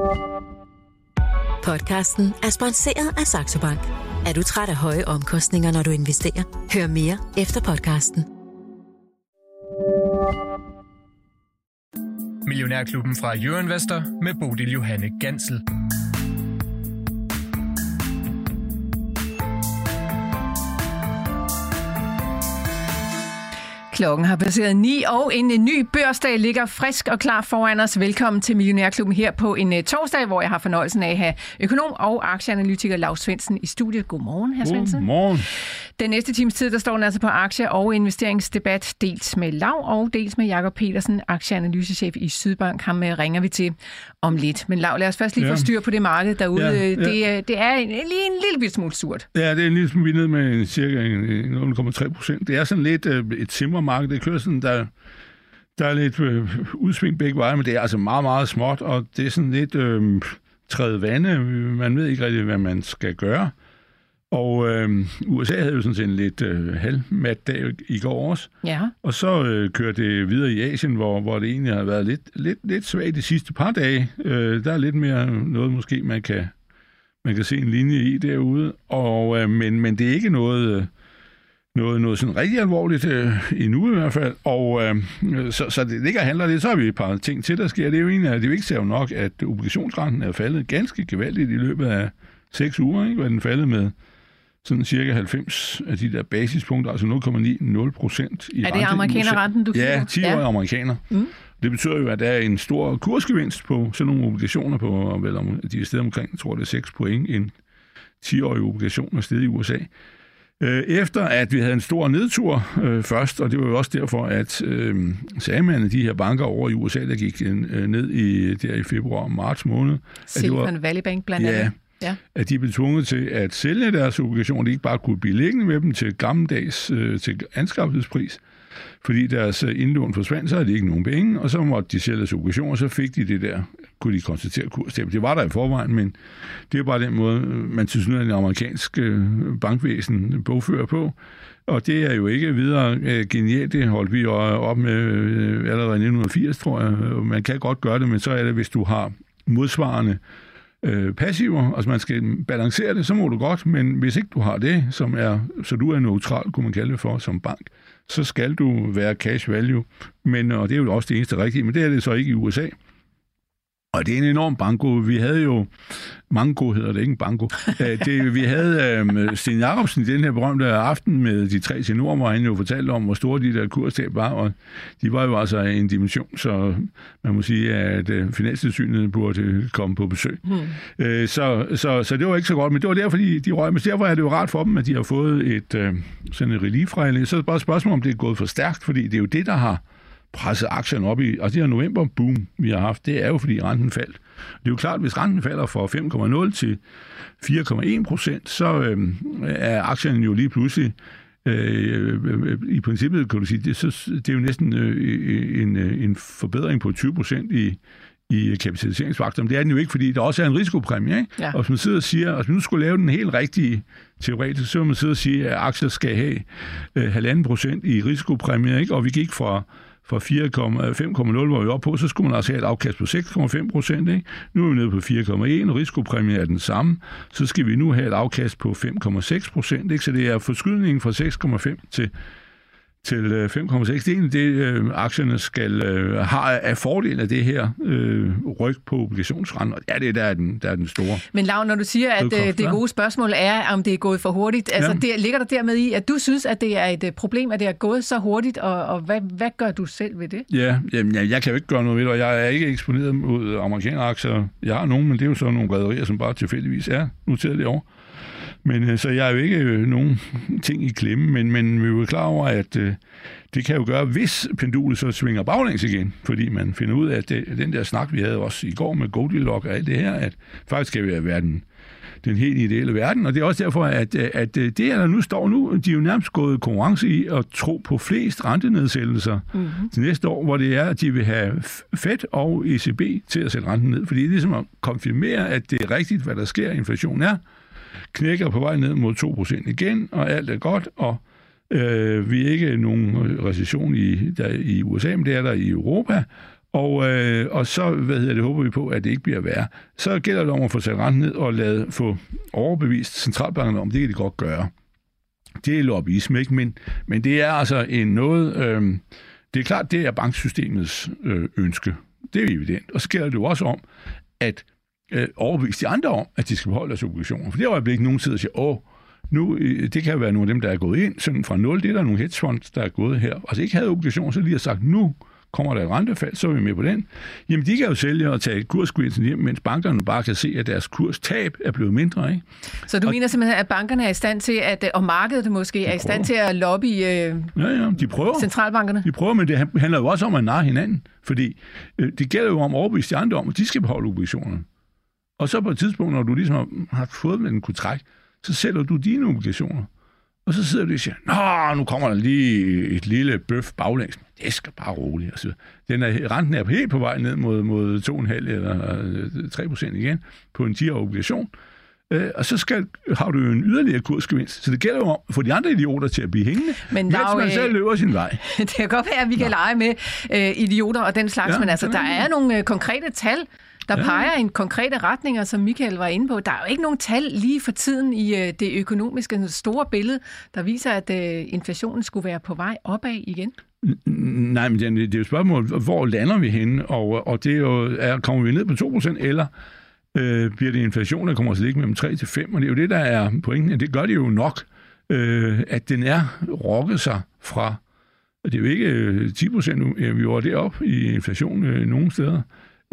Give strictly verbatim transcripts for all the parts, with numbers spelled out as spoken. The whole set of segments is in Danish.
Podcasten er sponsoreret af Saxo Bank. Er du træt af høje omkostninger, når du investerer? Hør mere efter podcasten. Millionærklubben fra Euroinvestor med Bodil Johanne Gansel. Klokken har passeret ni, og en ny børsdag ligger frisk og klar foran os. Velkommen til Millionærklubben her på en uh, torsdag, hvor jeg har fornøjelsen af at have økonom og aktieanalytiker Laus Svendsen i studiet. Godmorgen, hr. Svendsen. Godmorgen. Den næste times tid, der står den altså på aktie- og investeringsdebat, dels med Lau og dels med Jakob Petersen, aktieanalysechef i Sydbank. Ham ringer vi til om lidt. Men Lau, lad os først lige ja. få styr på det marked derude. Ja, ja. Det, det er en, lige en lille smule surt. Ja, det er en lille smule ned med cirka nul komma tre procent. Det er sådan lidt et simmermarked. Det kører sådan, der, der er lidt øh, udsving begge veje, men det er altså meget, meget småt, og det er sådan lidt øh, træde vande. Man ved ikke rigtig, hvad man skal gøre. Og øh, U S A havde jo sådan set en lidt øh, halvmat dag i går også. Ja. Og så øh, kørte det videre i Asien, hvor, hvor det egentlig har været lidt, lidt, lidt svagt de sidste par dage. Øh, der er lidt mere noget, måske man kan, man kan se en linje i derude. Og, øh, men, men det er ikke noget... Øh, Noget, noget sådan rigtig alvorligt øh, endnu i hvert fald, og øh, så, så det ligger og handler lidt, så har vi et par ting til, der sker. Det er jo egentlig, det vigtigste er jo nok, at obligationsrenten er faldet ganske gevaldigt i løbet af seks uger, ikke? Hvor den faldet med sådan cirka halvfems af de der basispunkter, altså nul komma ni nul procent i rente. Er det amerikanerrenten, du kigger? Ja, ti-årige ja. amerikaner. Mm. Det betyder jo, at der er en stor kursgevinst på sådan nogle obligationer på, vel, de er stedet omkring, jeg tror det er seks point, en ti-årig obligation er stedet i U S A. Efter at vi havde en stor nedtur øh, først, og det var jo også derfor, at øh, sagde man, at de her banker over i U S A, der gik øh, ned i, der i februar og marts måned. Silicon Valley Bank blandt andet. Ja, ja, at de blev tvunget til at sælge deres obligationer, de ikke bare kunne blive liggende med dem til gammeldags øh, til anskaffelsespris, fordi deres indlån forsvandt, så havde de ikke nogen penge, og så måtte de sælge deres obligationer, så fik de det der, kunne de konstatere kurstab. Det var der i forvejen, men det er bare den måde, man synes, at den amerikanske bankvæsen bogfører på. Og det er jo ikke videre genialt. Det holdt vi op med allerede i nitten firs, tror jeg. Man kan godt gøre det, men så er det, hvis du har modsvarende øh, passiver, altså man skal balancere det, så må du godt, men hvis ikke du har det, som er, så du er neutral, kunne man kalde det for, som bank, så skal du være cash value. Men, og det er jo også det eneste rigtige, men det er det så ikke i U S A. Og det er en enorm banko. Vi havde jo mango, hedder det ikke en banko. det, vi havde um, Sten Jacobsen i den her berømte aften med de tre tenorer, hvor han jo fortalte om, hvor store de der kurstab var, og de var jo altså en dimension, så man må sige, at uh, Finanstilsynet burde komme på besøg. Hmm. Uh, så, så, så det var ikke så godt, men det var derfor, de, de røg. Men derfor er det jo rart for dem, at de har fået et uh, sådan et relief-rejle. Så er det bare et spørgsmål, om det er gået for stærkt, fordi det er jo det, der har presset aktierne op i, og det her november-boom, vi har haft, det er jo, fordi renten faldt. Det er jo klart, at hvis renten falder fra fem komma nul til fire komma en procent, så øh, er aktierne jo lige pludselig, øh, øh, i princippet kan du sige, det, så, det er jo næsten øh, en, en forbedring på tyve procent i, i kapitaliseringsfaktoren. Det er den jo ikke, fordi der også er en risikopræmie, ikke? Ja. Og hvis man sidder og siger, at hvis man nu skulle lave den helt rigtige teoretisk, så vil man sidde og sige, at aktier skal have øh, halvanden procent i risikopræmie, ikke? Og vi gik fra fra fem komma nul, hvor vi var oppe på, så skulle man altså have et afkast på seks komma fem procent. Ikke? Nu er vi nede på fire komma en, og risikopræmien er den samme. Så skal vi nu have et afkast på fem komma seks procent. Så det er forskydningen fra seks komma fem til til fem komma seks. Det er egentlig det, øh, aktierne skal øh, have af fordel af det her øh, ryg på obligationsrenten. Ja, det er der er den, der er den store. Men Lau, når du siger, at øh, det gode spørgsmål er, om det er gået for hurtigt, altså det, ligger der dermed i, at du synes, at det er et problem, at det er gået så hurtigt, og, og hvad, hvad gør du selv ved det? Ja, jamen, jeg, jeg kan jo ikke gøre noget ved det, og jeg er ikke eksponeret mod amerikanske aktier. Jeg har nogen, men det er jo så nogle rederier, som bare tilfældigvis er noteret det år. Men så jeg er jo ikke øh, nogen ting i klemme, men, men vi er jo klar over, at øh, det kan jo gøre, hvis pendulet så svinger baglæns igen, fordi man finder ud af, at det, den der snak, vi havde også i går med Goldilocks og alt det her, at faktisk skal vi være den, den helt ideelle verden, og det er også derfor, at, at det, der nu står nu, de er jo nærmest gået konkurrence i at tro på flest rentenedsættelser mm-hmm. til næste år, hvor det er, at de vil have Fed og E C B til at sætte renten ned, fordi det er ligesom at konfirmere, at det er rigtigt, hvad der sker, inflationen er, knækker på vej ned mod to procent igen, og alt er godt, og øh, vi er ikke nogen recession i, der, i U S A, men det er der i Europa, Og, øh, og så hvad hedder det, håber vi på, at det ikke bliver værre. Så gælder det om at få sat renten ned og lade, få overbevist centralbankerne om, det kan de godt gøre. Det er lobbyisme, ikke? Men, men det er altså en noget... Øh, det er klart, det er banksystemets øh, ønske. Det er evident. Og så gælder det jo også om, at øh, overbevise de andre om, at de skal beholde deres obligationer. For det er jo ikke nogen tid at sige, åh, nu, det kan være nogle af dem, der er gået ind, sådan fra nul, det er der nogle hedgefonds, der er gået her. Altså ikke havde obligationer, så lige har sagt, nu kommer der et rentefald, så er vi med på den. Jamen, de kan jo sælge og tage kursgevinsten hjem, mens bankerne bare kan se, at deres kurstab er blevet mindre, ikke? Så du og, mener simpelthen, at bankerne er i stand til, at, og markedet måske er i stand til at lobby øh, ja, ja, de prøver. centralbankerne? De prøver, men det handler jo også om at narre hinanden, fordi øh, det gælder jo om at overbevise de andre om, at de skal beholde obligationerne. Og så på et tidspunkt, når du ligesom har fået med den kunne trække, så sælger du dine obligationer. Og så sidder du og siger, nå, nu kommer der lige et lille bøf baglæns. Det skal bare roligt. Altså, den er, renten er helt på vej ned mod, mod to komma fem eller tre procent igen på en ti-årig obligation. Øh, og så skal, har du jo en yderligere kursgevinst. Så det gælder jo om at få de andre idioter til at blive hængende, men mens man øh, selv løber sin vej. Det kan godt være, at vi kan lege med øh, idioter og den slags, ja, men altså, der er nogle øh, konkrete tal, der ja. peger i en konkrete retninger, som Michael var inde på. Der er jo ikke nogen tal lige for tiden i øh, det økonomiske store billede, der viser, at øh, inflationen skulle være på vej opad igen. Nej, men det er, det er jo et spørgsmål, hvor lander vi henne? Og, og det er jo, er, kommer vi ned på to procent, eller øh, bliver det inflation, der kommer til at ligge mellem tre til fem? Og det er jo det, der er pointen. Det gør det jo nok, øh, at den er rokket sig fra, det er jo ikke ti procent, vi var deroppe i inflation øh, nogle steder,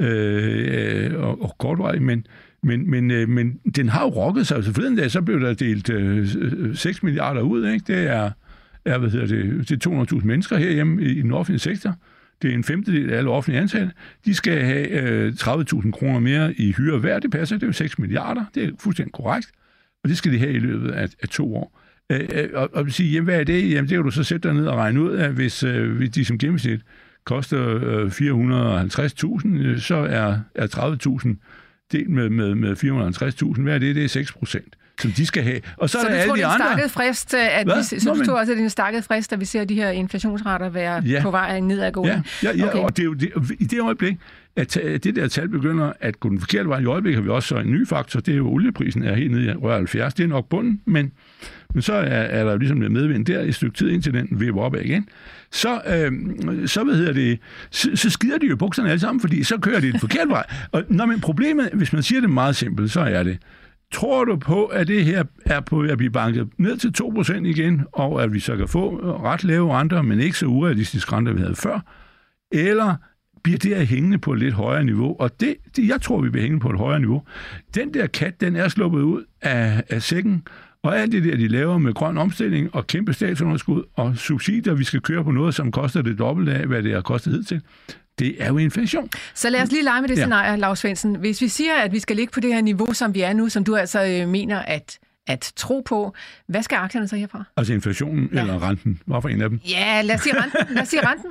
øh, og, og kortvarigt, men Men, men, øh, men den har jo rokket sig. Så forleden dag, så blev der delt øh, seks milliarder ud, ikke? Det er, er hvad hedder det, det er to hundrede tusind mennesker herhjemme i, i den offentlige sektor. Det er en femtedel af alle offentlige ansatte. De skal have øh, tredive tusind kroner mere i hyre hver. Det passer. Det er jo seks milliarder. Det er fuldstændig korrekt. Og det skal de have i løbet af, af to år. Øh, og, og sige, jamen, hvad er det? Jamen, det kan du så sætte dig ned og regne ud af, hvis, øh, hvis de som gennemsnit koster øh, fire hundrede og halvtreds tusind, øh, så er, er tredive tusind delt med, med, med fire hundrede og halvtreds tusind. Hvad er det? Det er seks procent, som de skal have. Og så, så er der alle de andre... Så du tror, frist, at vi, så du tror også, at det er en stakket frist, at vi ser de her inflationsrater være ja. på vej nedadgående? Ja, ja, ja okay. Og det er jo det, i det øjeblik, at det der tal begynder at gå den forkerte vej. I øjeblik har vi også så en ny faktor, det er jo olieprisen er helt nede i rør halvfjerds. Det er nok bunden, men, men så er, er der jo ligesom medvind der i et stykke tid, indtil den vipper op igen. Så, øh, så, hvad hedder det, så, så skider de jo bukserne alle sammen, fordi så kører de den forkerte vej. Og når man problemet, hvis man siger det meget simpelt, så er det, tror du på, at det her er på at blive banket ned til to procent igen, og at vi så kan få ret lave renter, men ikke så urealistiske renter, vi havde før? Eller bliver det her hængende på et lidt højere niveau? Og det, det, jeg tror, vi bliver hængende på et højere niveau. Den der kat, den er sluppet ud af, af sækken, og alt det der, de laver med grøn omstilling og kæmpe statsunderskud og subsidier, vi skal køre på noget, som koster det dobbelte af, hvad det har kostet hidtil. Det er jo inflation. Så lad os lige lege med det ja. scenarie, Lars Svendsen. Hvis vi siger, at vi skal ligge på det her niveau, som vi er nu, som du altså øh, mener at, at tro på, hvad skal aktierne så herfra? Altså inflationen ja. eller renten? Hvorfor en af dem? Ja, lad os sige renten. Lad os sige renten.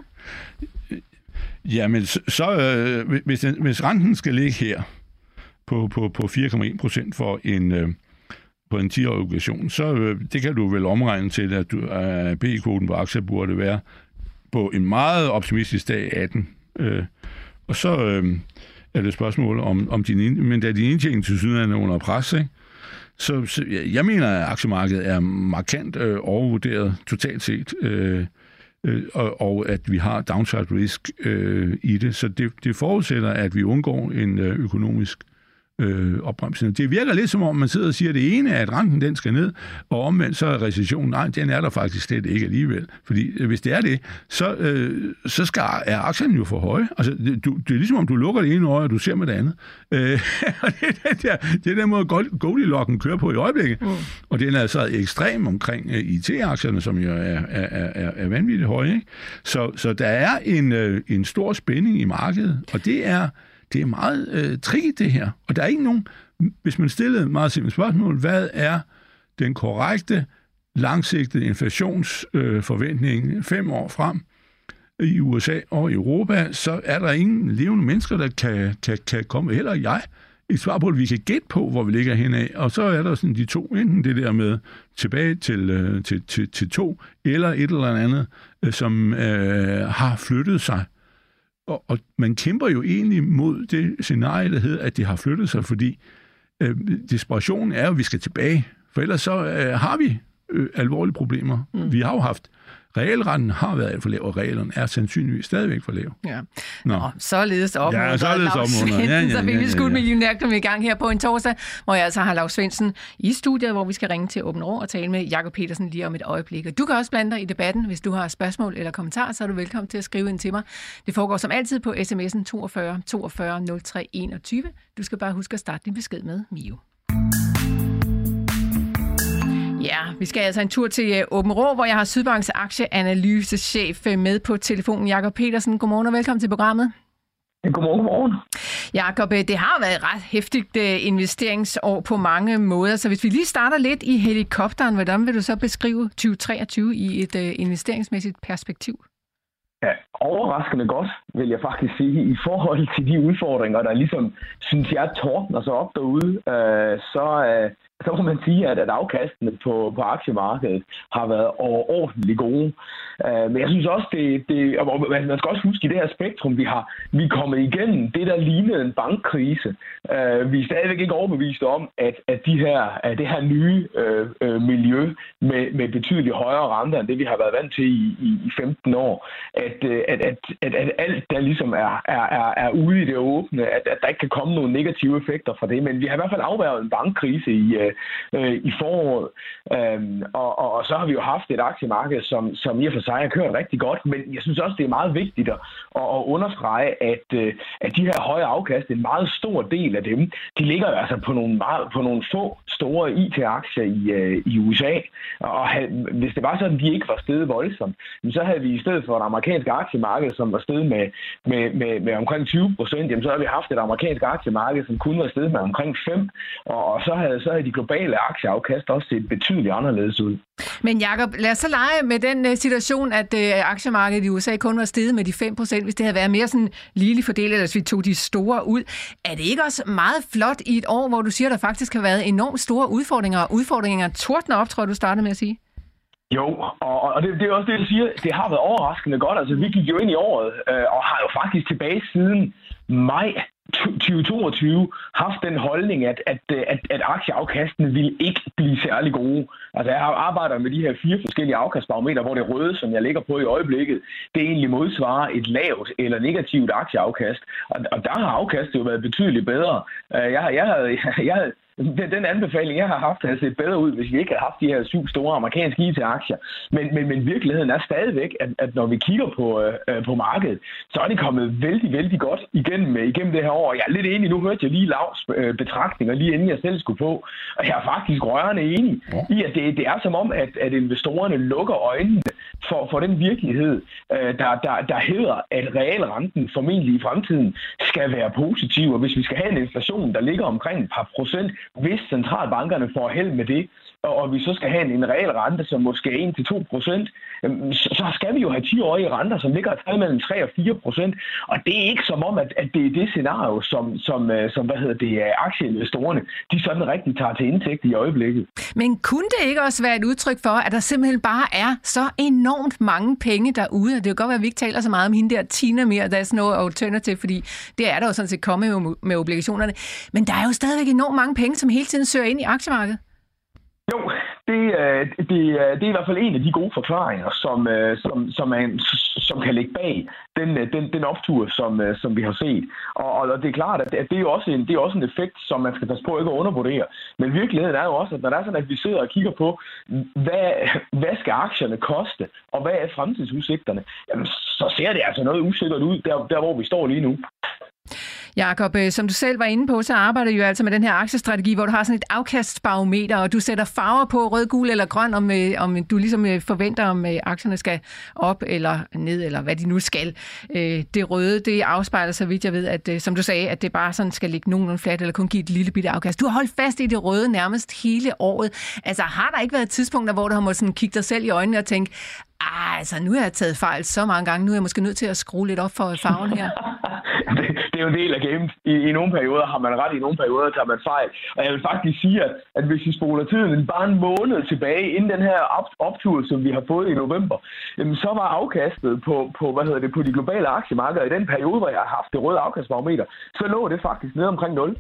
Jamen, så øh, hvis, hvis renten skal ligge her på, på, på fire komma en procent for en... Øh, på en ti-årig obligation, så øh, det kan du vel omregne til, at du, øh, B-kvoten på aktier burde være på en meget optimistisk dag atten. Øh, og så øh, er det et spørgsmål om, om din, men da din indtjening til syden er under pres, ikke? Så, så jeg mener, at aktiemarkedet er markant øh, overvurderet totalt set, øh, øh, og, og at vi har downside risk øh, i det. Så det, det forudsætter, at vi undgår en øh, økonomisk Øh, opbremsning. Det virker lidt som om, man sidder og siger, at det ene er, at renten den skal ned, og omvendt så er recessionen, nej, den er der faktisk slet ikke alligevel. Fordi øh, hvis det er det, så, øh, så skal, er aktierne jo for høje. Altså, det, du, det er ligesom om, du lukker det ene øje, og du ser med det andet. Øh, og det er den der, det er den måde, Goldilocks kører på i øjeblikket. Mm. Og den er altså ekstrem omkring øh, I T-aktierne, som jo er, er, er, er vanvittigt høje. Ikke? Så, så der er en, øh, en stor spænding i markedet, og det er Det er meget øh, tricky, det her. Og der er ikke nogen, hvis man stillede et meget simpelt spørgsmål, hvad er den korrekte, langsigtede inflationsforventning øh, fem år frem i U S A og Europa, så er der ingen levende mennesker, der kan, kan, kan komme, heller jeg, et svar på, at vi kan gætte på, hvor vi ligger henad. Og så er der sådan de to, enten det der med tilbage til, øh, til, til, til to, eller et eller andet, øh, som øh, har flyttet sig Og, og man kæmper jo egentlig mod det scenarie, der hedder, at det har flyttet sig, fordi øh, desperationen er jo, at vi skal tilbage. For ellers så øh, har vi øh, alvorlige problemer. Mm. Vi har jo haft realrenten har været alt for lav, og reglerne er sandsynligvis stadigvæk for lav. Ja. Nå, Nå således op ja, således op under. Ja, ja, ja, så fik ja, vi ja, skudt ja. millionærklum i gang her på en torsdag, hvor jeg altså har Lav Svendsen i studiet, hvor vi skal ringe til Åben Rå og tale med Jakob Petersen lige om et øjeblik. Og du kan også blande dig i debatten. Hvis du har spørgsmål eller kommentarer, så er du velkommen til at skrive ind til mig. Det foregår som altid på sms'en toogfyrre toogfyrre nul tre enogtyve. Du skal bare huske at starte din besked med Mio. Ja, vi skal altså en tur til Åben Rå, hvor jeg har Sydbanks aktieanalysechef med på telefonen, Jakob Petersen. Godmorgen og velkommen til programmet. Godmorgen, godmorgen. Jakob, det har været et ret hæftigt investeringsår på mange måder, så hvis vi lige starter lidt i helikopteren, hvordan vil du så beskrive tyve treogtyve i et investeringsmæssigt perspektiv? Ja, overraskende godt, vil jeg faktisk sige, i forhold til de udfordringer, der ligesom, synes jeg, tordner sig op derude, øh, så, øh, så må man sige, at, at afkastene på, på aktiemarkedet har været overordentligt gode. Øh, men jeg synes også, det, det, og man skal også huske i det her spektrum, vi har vi er kommet igennem det, der lignede en bankkrise. Øh, vi er stadigvæk ikke overbevist om, at, at, de her, at det her nye øh, øh, miljø med, med betydeligt højere renter, end det vi har været vant til i, i, i femten år, at, at, at, at, at alt, der ligesom er, er, er, er ude i det åbne, at, at der ikke kan komme nogle negative effekter fra det. Men vi har i hvert fald afværget en bankkrise i, øh, i foråret. Øh, og, og, og så har vi jo haft et aktiemarked, som, som i og for sig har kørt rigtig godt, men jeg synes også, det er meget vigtigt at, at understrege, at, at de her høje afkast, en meget stor del af dem, de ligger altså på nogle, meget, på nogle få store I T-aktier i, i U S A. Og hvis det var sådan, at de ikke var steget voldsomt, så havde vi i stedet for et amerikansk aktiemarked, som var steget med, med, med, med omkring tyve procent, jamen så havde vi haft et amerikansk aktiemarked, som kun var steget med omkring fem, og, og så, havde, så havde de globale aktieafkast også set betydeligt anderledes ud. Men Jakob, lad os så lege med den situation, at øh, aktiemarkedet i U S A kun var steget med de fem procent, hvis det havde været mere sådan ligeligt fordelt, eller hvis vi tog de store ud. Er det ikke også meget flot i et år, hvor du siger, der faktisk har været enormt store udfordringer, og udfordringer tordner op, tror jeg, du startede med at sige? Jo, og, og det, det er også det, jeg siger. Det har været overraskende godt. Altså, vi gik jo ind i året, øh, og har jo faktisk tilbage siden maj tyve toogtyve haft den holdning, at, at, at, at aktieafkastene ville ikke blive særlig gode. Altså jeg har arbejdet med de her fire forskellige afkastbarometer, hvor det røde, som jeg ligger på i øjeblikket, det egentlig modsvarer et lavt eller negativt aktieafkast. Og, og der har afkastet jo været betydeligt bedre. Jeg, jeg, havde, jeg havde Den, den anbefaling, jeg har haft, havde set bedre ud, hvis vi ikke havde haft de her syv store amerikanske I T-aktier. Men, men, men virkeligheden er stadigvæk, at, at når vi kigger på, øh, på markedet, så er det kommet vældig, vældig godt igennem, igennem det her år. Jeg er lidt enig, nu hørte jeg lige Lavs øh, betragtninger, lige inden jeg selv skulle på. Og jeg er faktisk rørende enig i, at det, det er som om, at, at investorerne lukker øjnene for, for den virkelighed, øh, der, der, der hedder, at realrenten formentlig i fremtiden skal være positiv. Og hvis vi skal have en inflation, der ligger omkring et par procent, hvis centralbankerne får held med det, og vi så skal have en reel rente, som måske er en til to procent, så skal vi jo have ti-årige renter, som ligger et sted mellem tre og fire procent. Og det er ikke som om, at, at det er det scenario, som, som, som hvad hedder det, aktieinvestorerne, de sådan rigtig tager til indtægt i øjeblikket. Men kunne det ikke også være et udtryk for, at der simpelthen bare er så enormt mange penge derude? Det kan godt være, at vi ikke taler så meget om hende der Tina mere, der er sådan noget alternativ, fordi det er der jo sådan set kommet med, med obligationerne. Men der er jo stadigvæk enormt mange penge, som hele tiden søger ind i aktiemarkedet. Jo, det, det, det er i hvert fald en af de gode forklaringer, som, som, som, er, som kan ligge bag den, den, den optur, som, som vi har set. Og, og det er klart, at det er, jo også en, det er også en effekt, som man skal passe på ikke at undervurdere. Men virkeligheden er jo også, at når det er sådan, at vi sidder og kigger på, hvad, hvad skal aktierne koste, og hvad er fremtidsudsigterne, jamen, så ser det altså noget usikkert ud, der, der hvor vi står lige nu. Jakob, som du selv var inde på, så arbejder du jo altså med den her aktiestrategi, hvor du har sådan et afkastbarometer, og du sætter farver på, rød, gul eller grøn, om, om du ligesom forventer, om aktierne skal op eller ned, eller hvad de nu skal. Det røde, det afspejler så vidt jeg ved, at som du sagde, at det bare sådan skal ligge nogenlunde fladt, eller kun give et lille bitte afkast. Du har holdt fast i det røde nærmest hele året. Altså har der ikke været tidspunkter, hvor du har måttet sådan kigge dig selv i øjnene og tænke, Ah, altså nu har jeg taget fejl så mange gange. Nu er jeg måske nødt til at skrue lidt op for farven her. det, det er jo en del af gamet. I, I nogle perioder har man ret, i nogle perioder tager man fejl. Og jeg vil faktisk sige, at, at hvis vi spoler tiden bare en måned tilbage, inden den her op, optur, som vi har fået i november, jamen, så var afkastet på, på, hvad hedder det, på de globale aktiemarkeder i den periode, hvor jeg har haft det røde afkastbarometer, så lå det faktisk nede omkring nul.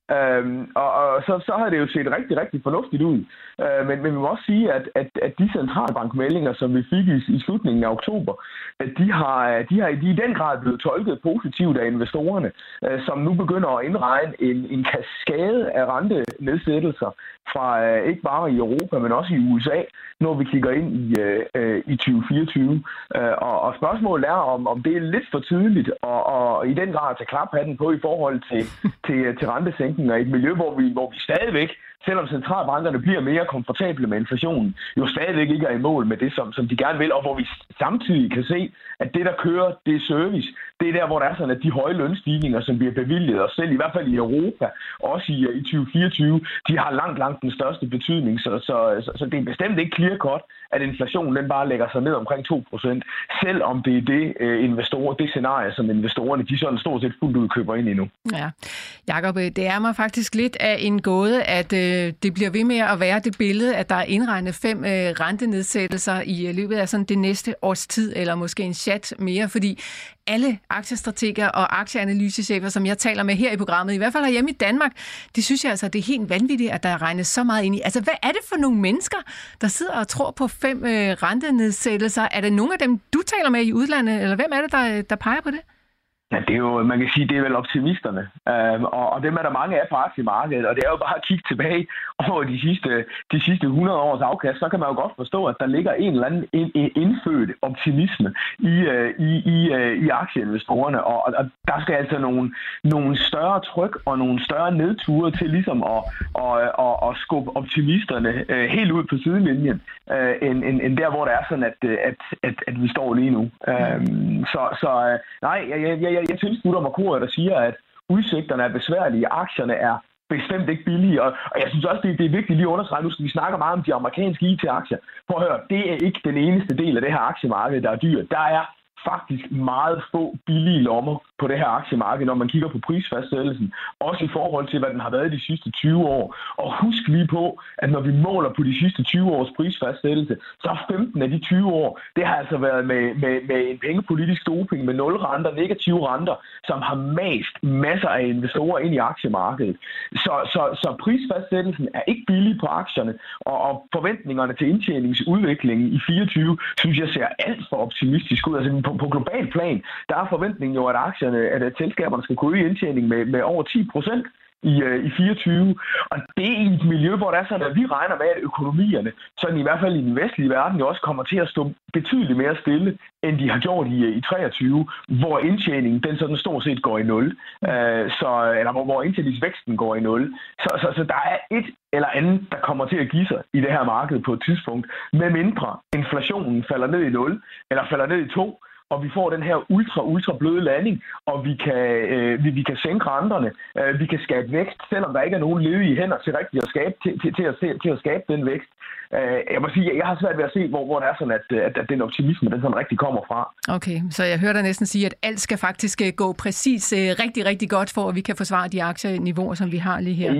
Øhm, og og så, så har det jo set rigtig, rigtig fornuftigt ud. Øh, men, men vi må også sige, at, at, at de centralbankmeldinger, som vi fik i, i slutningen af oktober, at de har, de har de i den grad blevet tolket positivt af investorerne, øh, som nu begynder at indregne en, en kaskade af rentenedsættelser fra øh, ikke bare i Europa, men også i U S A, når vi kigger ind i, øh, i tyve fireogtyve. Øh, og, og spørgsmålet er, om, om det er lidt for tidligt, og, og i den grad at tage klaphatten på i forhold til, til, til rentesænkninger i et miljø, hvor vi, hvor vi stadigvæk, selvom centralbankerne bliver mere komfortable med inflationen, jo stadigvæk ikke er i mål med det, som, som de gerne vil, og hvor vi samtidig kan se, at det, der kører, det er service. Det er der, hvor der er sådan, at de høje lønstigninger, som bliver bevilget os selv, i hvert fald i Europa, også i, i tyve fireogtyve, de har langt, langt den største betydning. Så, så, så, så det er bestemt ikke clear cut, at inflationen den bare lægger sig ned omkring to procent, selvom det er det, investorer, det scenarie, som investorerne, de sådan stort set fuldt ud køber ind i nu. Ja, Jakob, det er mig faktisk lidt af en gåde, at øh, det bliver ved med at være det billede, at der er indregnet fem øh, rentenedsættelser i løbet af sådan det næste års tid, eller måske en chat mere, fordi alle aktiestrateger og aktieanalysechefer, som jeg taler med her i programmet, i hvert fald herhjemme i Danmark, det synes jeg altså, det er helt vanvittigt, at der er regnet så meget ind i. Altså, hvad er det for nogle mennesker, der sidder og tror på fem øh, rentenedsættelser? Er det nogle af dem, du taler med i udlandet, eller hvem er det, der, der peger på det? Ja, det er jo, man kan sige, det er vel optimisterne, øhm, og, og dem er der mange af på aktiemarkedet, og det er jo bare at kigge tilbage over de sidste, de sidste hundrede års afkast, så kan man jo godt forstå, at der ligger en eller anden indfødt optimisme i, i, i, i aktieinvestorerne, og, og der skal altså nogle, nogle større tryk og nogle større nedture til ligesom at, at, at, at skubbe optimisterne helt ud på sidelinjen, end, end, end der, hvor det er sådan, at, at, at, at vi står lige nu. Øhm, så, så nej, jeg, jeg, jeg Jeg tilslutter mig koret, der siger, at udsigterne er besværlige, aktierne er bestemt ikke billige, og, og jeg synes også, det, det er vigtigt lige at understrege, nu skal vi snakke meget om de amerikanske I T-aktier. Prøv at høre, det er ikke den eneste del af det her aktiemarked, der er dyrt. Der er faktisk meget få billige lommer på det her aktiemarked, når man kigger på prisfastsættelsen, også i forhold til, hvad den har været de sidste tyve år. Og husk lige på, at når vi måler på de sidste tyve års prisfastsættelse, så er femten af de tyve år, det har altså været med, med, med en pengepolitisk doping, med nul renter, negative renter, som har mast masser af investorer ind i aktiemarkedet. Så, så, så prisfastsættelsen er ikke billig på aktierne, og, og forventningerne til indtjeningsudviklingen i fireogtyve, synes jeg, ser alt for optimistisk ud. Altså på, på global plan, der er forventningen jo, at aktierne, at selskaberne skal kunne øge indtjening med, med over ti procent i, i fireogtyve. Og det er i et miljø, hvor der er sådan, at vi regner med, at økonomierne, sådan i hvert fald i den vestlige verden, jo også kommer til at stå betydeligt mere stille, end de har gjort i, i treogtyve, hvor indtjeningen, den sådan stort set går i nul. Uh, så, eller hvor, hvor indtjeningsvæksten går i nul. Så, så, så der er et eller andet, der kommer til at give sig i det her marked på et tidspunkt, med mindre inflationen falder ned i nul, eller falder ned i to, og vi får den her ultra, ultra bløde landing, og vi kan, øh, vi, vi kan sænke renterne, øh, vi kan skabe vækst, selvom der ikke er nogen ledige hænder til rigtigt at skabe, til, til, til, at, til at skabe den vækst. Øh, jeg må sige, jeg har svært ved at se, hvor, hvor det er sådan, at, at, at den optimisme, den sådan rigtig kommer fra. Okay, så jeg hører dig næsten sige, at alt skal faktisk gå præcis øh, rigtig, rigtig godt, for at vi kan forsvare de aktieniveauer, som vi har lige her.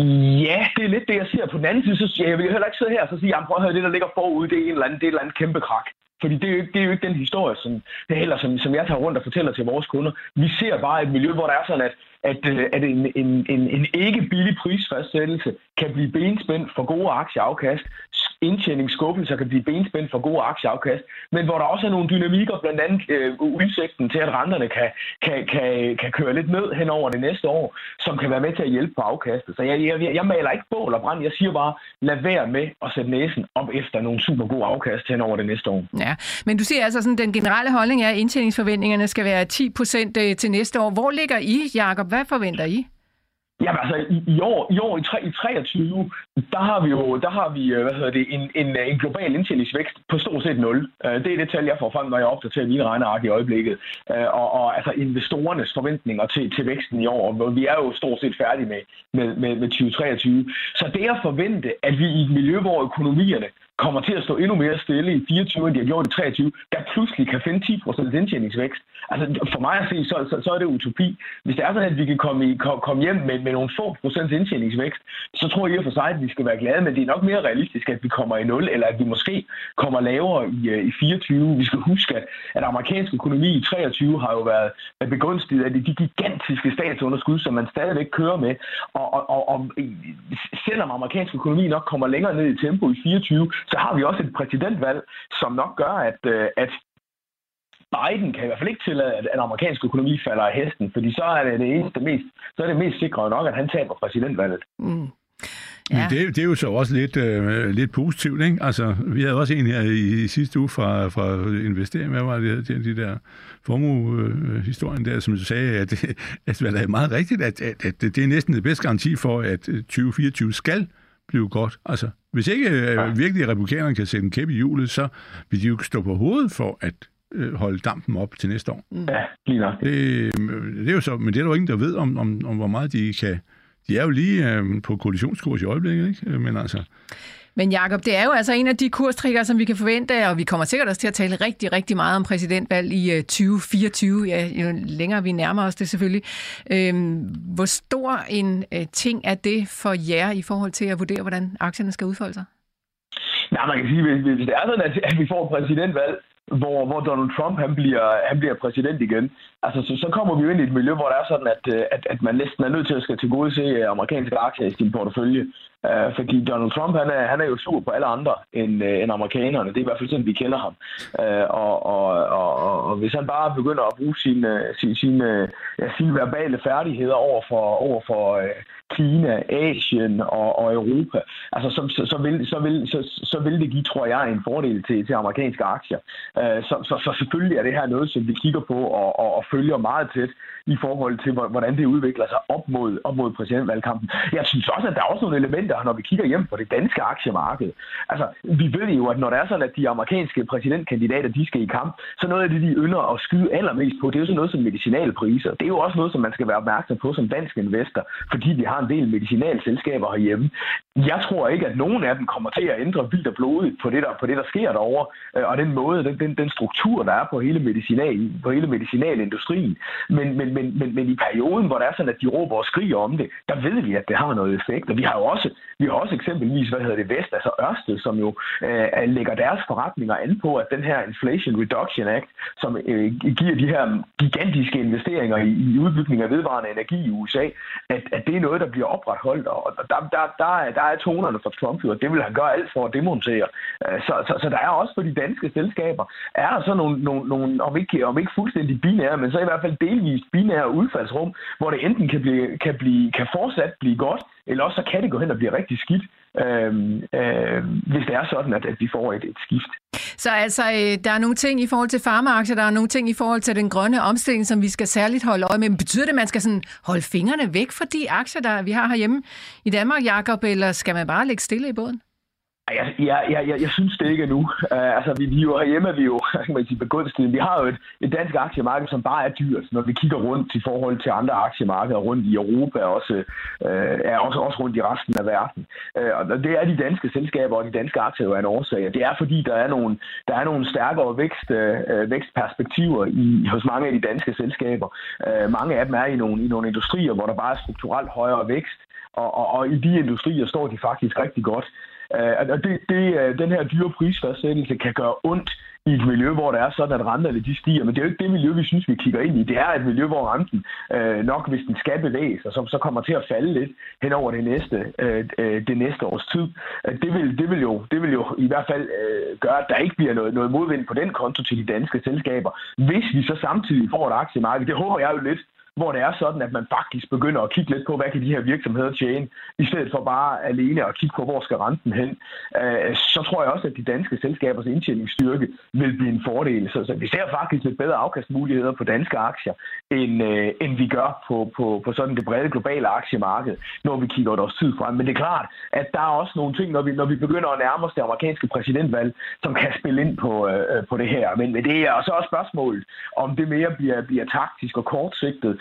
Ja, det er lidt det, jeg siger. På den anden side, så jeg vil heller ikke sidde her og sige, at prøv at høre, det, der ligger forud, det er en eller anden, det er en eller anden kæmpe krak. Fordi det er, jo ikke, det er jo ikke den historie, som, det er heller, som, som jeg tager rundt og fortæller til vores kunder. Vi ser bare et miljø, hvor der er sådan, at, at, at en, en, en, en ikke billig prisfastsættelse kan blive benspændt for gode aktieafkast. Indtjeningsskubbelser kan blive benspændt for gode aktieafkast, men hvor der også er nogle dynamikker, blandt andet øh, udsigten til, at renterne kan, kan, kan, kan køre lidt ned hen over det næste år, som kan være med til at hjælpe på afkastet. Så jeg, jeg, jeg maler ikke bål og brand, jeg siger bare, lad være med at sætte næsen op efter nogle super gode afkast hen over det næste år. Ja, men du siger altså, sådan den generelle holdning er, at indtjeningsforventningerne skal være ti procent til næste år. Hvor ligger I, Jakob? Hvad forventer I? Jamen altså, i, i år, i år i, tre, i treogtyve, der har vi jo, der har vi, hvad hedder det, en, en, en global indtjeningsvækst på stort set nul. Det er det tal, jeg får frem, når jeg opdaterer mine regneark i øjeblikket. Og, og altså investorernes forventninger til, til væksten i år, og vi er jo stort set færdige med, med, med, med tyve treogtyve. Så det at forvente, at vi i et miljø, hvor økonomierne kommer til at stå endnu mere stille i fireogtyve, end de har gjort i treogtyve, der pludselig kan finde ti procent indtjeningsvækst. Altså for mig at se, så, så, så er det utopi. Hvis det er sådan, at vi kan komme, i, komme hjem med, med nogle få procents indtjeningsvækst, så tror jeg i og for sig, at vi skal være glade, men det er nok mere realistisk, at vi kommer i nul, eller at vi måske kommer lavere i, i fireogtyve. Vi skal huske, at, at amerikansk økonomi i treogtyve har jo været begunstiget af de gigantiske statsunderskud, som man stadigvæk kører med, og, og, og, og selvom amerikansk økonomi nok kommer længere ned i tempo i fireogtyve, så har vi også et præsidentvalg, som nok gør, at, at Biden kan i hvert fald ikke tillade, at den amerikanske økonomi falder af hesten, fordi så er det det eneste mest, så er det mest sikre nok, at han taber præsidentvalget. Mm. Ja. Men det, det er jo så også lidt, øh, lidt positivt, ikke? Altså, vi havde også en her i, i sidste uge fra, fra investering, hvad var det, de, de der formuehistorien der, som sagde, at, at det er meget rigtigt, at, at, at det er næsten det bedste garanti for, at tyve fireogtyve skal blive godt. Altså, hvis ikke ja. virkelig republikanerne kan sætte en kæp i hjulet, så vil de jo stå på hovedet for at øh, holde dampen op til næste år. Ja, lige nok. Det, det er jo så, men det er der jo ingen, der ved om, om, om hvor meget de kan. De er jo lige øh, på koalitionskurs i øjeblikket, ikke? Men altså... Men Jacob, det er jo altså en af de kurstrigger, som vi kan forvente, og vi kommer sikkert også til at tale rigtig, rigtig meget om præsidentvalg i tyve fireogtyve, ja, jo længere vi nærmer os det selvfølgelig. Øhm, hvor stor en øh, ting er det for jer i forhold til at vurdere, hvordan aktierne skal udfolde sig? Nej, man kan sige, hvis, hvis det er sådan, at, at vi får et præsidentvalg, hvor, hvor Donald Trump han bliver, han bliver præsident igen, altså så, så kommer vi jo ind i et miljø, hvor det er sådan, at, at, at man næsten er nødt til at skal tilgodese amerikanske aktier i sin portefølje. Uh, fordi Donald Trump, han er, han er jo sur på alle andre end, uh, end amerikanerne. Det er i hvert fald sådan, vi kender ham. Uh, og, og, og, og, og hvis han bare begynder at bruge sine, sine, sine, ja, sine verbale færdigheder over for, over for uh, Kina, Asien og, og Europa, altså, så, så, så, vil, så, vil, så, så vil det give, tror jeg, en fordel til, til amerikanske aktier. Uh, så, så, så selvfølgelig er det her noget, som vi kigger på og, og, og følger meget tæt i forhold til, hvordan det udvikler sig op mod, op mod præsidentvalgkampen. Jeg synes også, at der er også nogle elementer, når vi kigger hjem på det danske aktiemarked. Altså, vi ved jo, at når det er sådan, at de amerikanske præsidentkandidater, de skal i kamp, så noget af det, de ynder at skyde allermest på, det er jo sådan noget som medicinalpriser. Det er jo også noget, som man skal være opmærksom på som dansk investor, fordi vi har en del medicinalselskaber herhjemme. Jeg tror ikke, at nogen af dem kommer til at ændre vildt og blodigt på det, der, på det, der sker derovre, og den måde, den, den, den struktur, der er på hele, medicinal, på hele medicinalindustrien. Men, men, men, men, men i perioden, hvor det er sådan, at de råber og skriger om det, der ved vi, at det har noget effekt. Og vi har jo også, vi har også eksempelvis, hvad hedder det, Vest, altså Ørsted, som jo øh, lægger deres forretninger an på, at den her Inflation Reduction Act, som øh, giver de her gigantiske investeringer i, i udbygning af vedvarende energi i U S A, at, at det er noget, der bliver opretholdt. Og der, der, der, er, der er tonerne fra Trump, og det vil han gøre alt for at demontere. Så, så, så der er også for de danske selskaber, er der så nogle, nogle, nogle om, ikke, om ikke fuldstændig binære, men så i hvert fald delvist binære udfaldsrum, hvor det enten kan, blive, kan, blive, kan fortsat blive godt, eller også så kan det gå hen og blive rigtig skidt, øh, øh, hvis det er sådan, at, at vi får et, et skift. Så altså, der er nogle ting i forhold til farmaaktier, der er nogle ting i forhold til den grønne omstilling, som vi skal særligt holde øje med. Men betyder det, at man skal sådan holde fingrene væk fra de aktier, der vi har herhjemme i Danmark, Jacob, eller skal man bare ligge stille i båden? Jeg, jeg, jeg, jeg, jeg synes det ikke er nu. Uh, altså, vi, vi er jo herhjemme, vi er jo, kan man sige, begunstiget. Vi har jo et, et dansk aktiemarked, som bare er dyrt, når vi kigger rundt i forhold til andre aktiemarkeder rundt i Europa, og også, uh, er også, også rundt i resten af verden. Uh, og det er de danske selskaber og de danske aktier jo er en årsag. Det er fordi, der er nogle, der er nogle stærkere vækst, uh, vækstperspektiver i, hos mange af de danske selskaber. Uh, mange af dem er i nogle, i nogle industrier, hvor der bare er strukturelt højere vækst, og, og, og i de industrier står de faktisk rigtig godt. Uh, og det, det, den her dyre prisfastsættelse kan gøre ondt i et miljø, hvor det er sådan, at renterne de stiger. Men det er jo ikke det miljø, vi synes, vi kigger ind i. Det er et miljø, hvor renten øh, nok, hvis den skal bevæge sig, så, så kommer til at falde lidt hen over det næste, øh, det næste års tid. Det vil, det, vil jo, det vil jo i hvert fald øh, gøre, at der ikke bliver noget, noget modvind på den konto til de danske selskaber. Hvis vi så samtidig får et aktiemarked, det håber jeg jo lidt, hvor det er sådan, at man faktisk begynder at kigge lidt på, hvad kan de her virksomheder tjene, i stedet for bare alene at kigge på, hvor skal renten hen. Så tror jeg også, at de danske selskabers indtjeningsstyrke vil blive en fordel. Så vi ser faktisk lidt bedre afkastmuligheder på danske aktier, end, end vi gør på, på, på sådan det brede globale aktiemarked, når vi kigger et års tid frem. Men det er klart, at der er også nogle ting, når vi, når vi begynder at nærme os det amerikanske præsidentvalg, som kan spille ind på, øh, på det her. Men det er så også spørgsmålet, om det mere bliver, bliver taktisk og kortsigtet,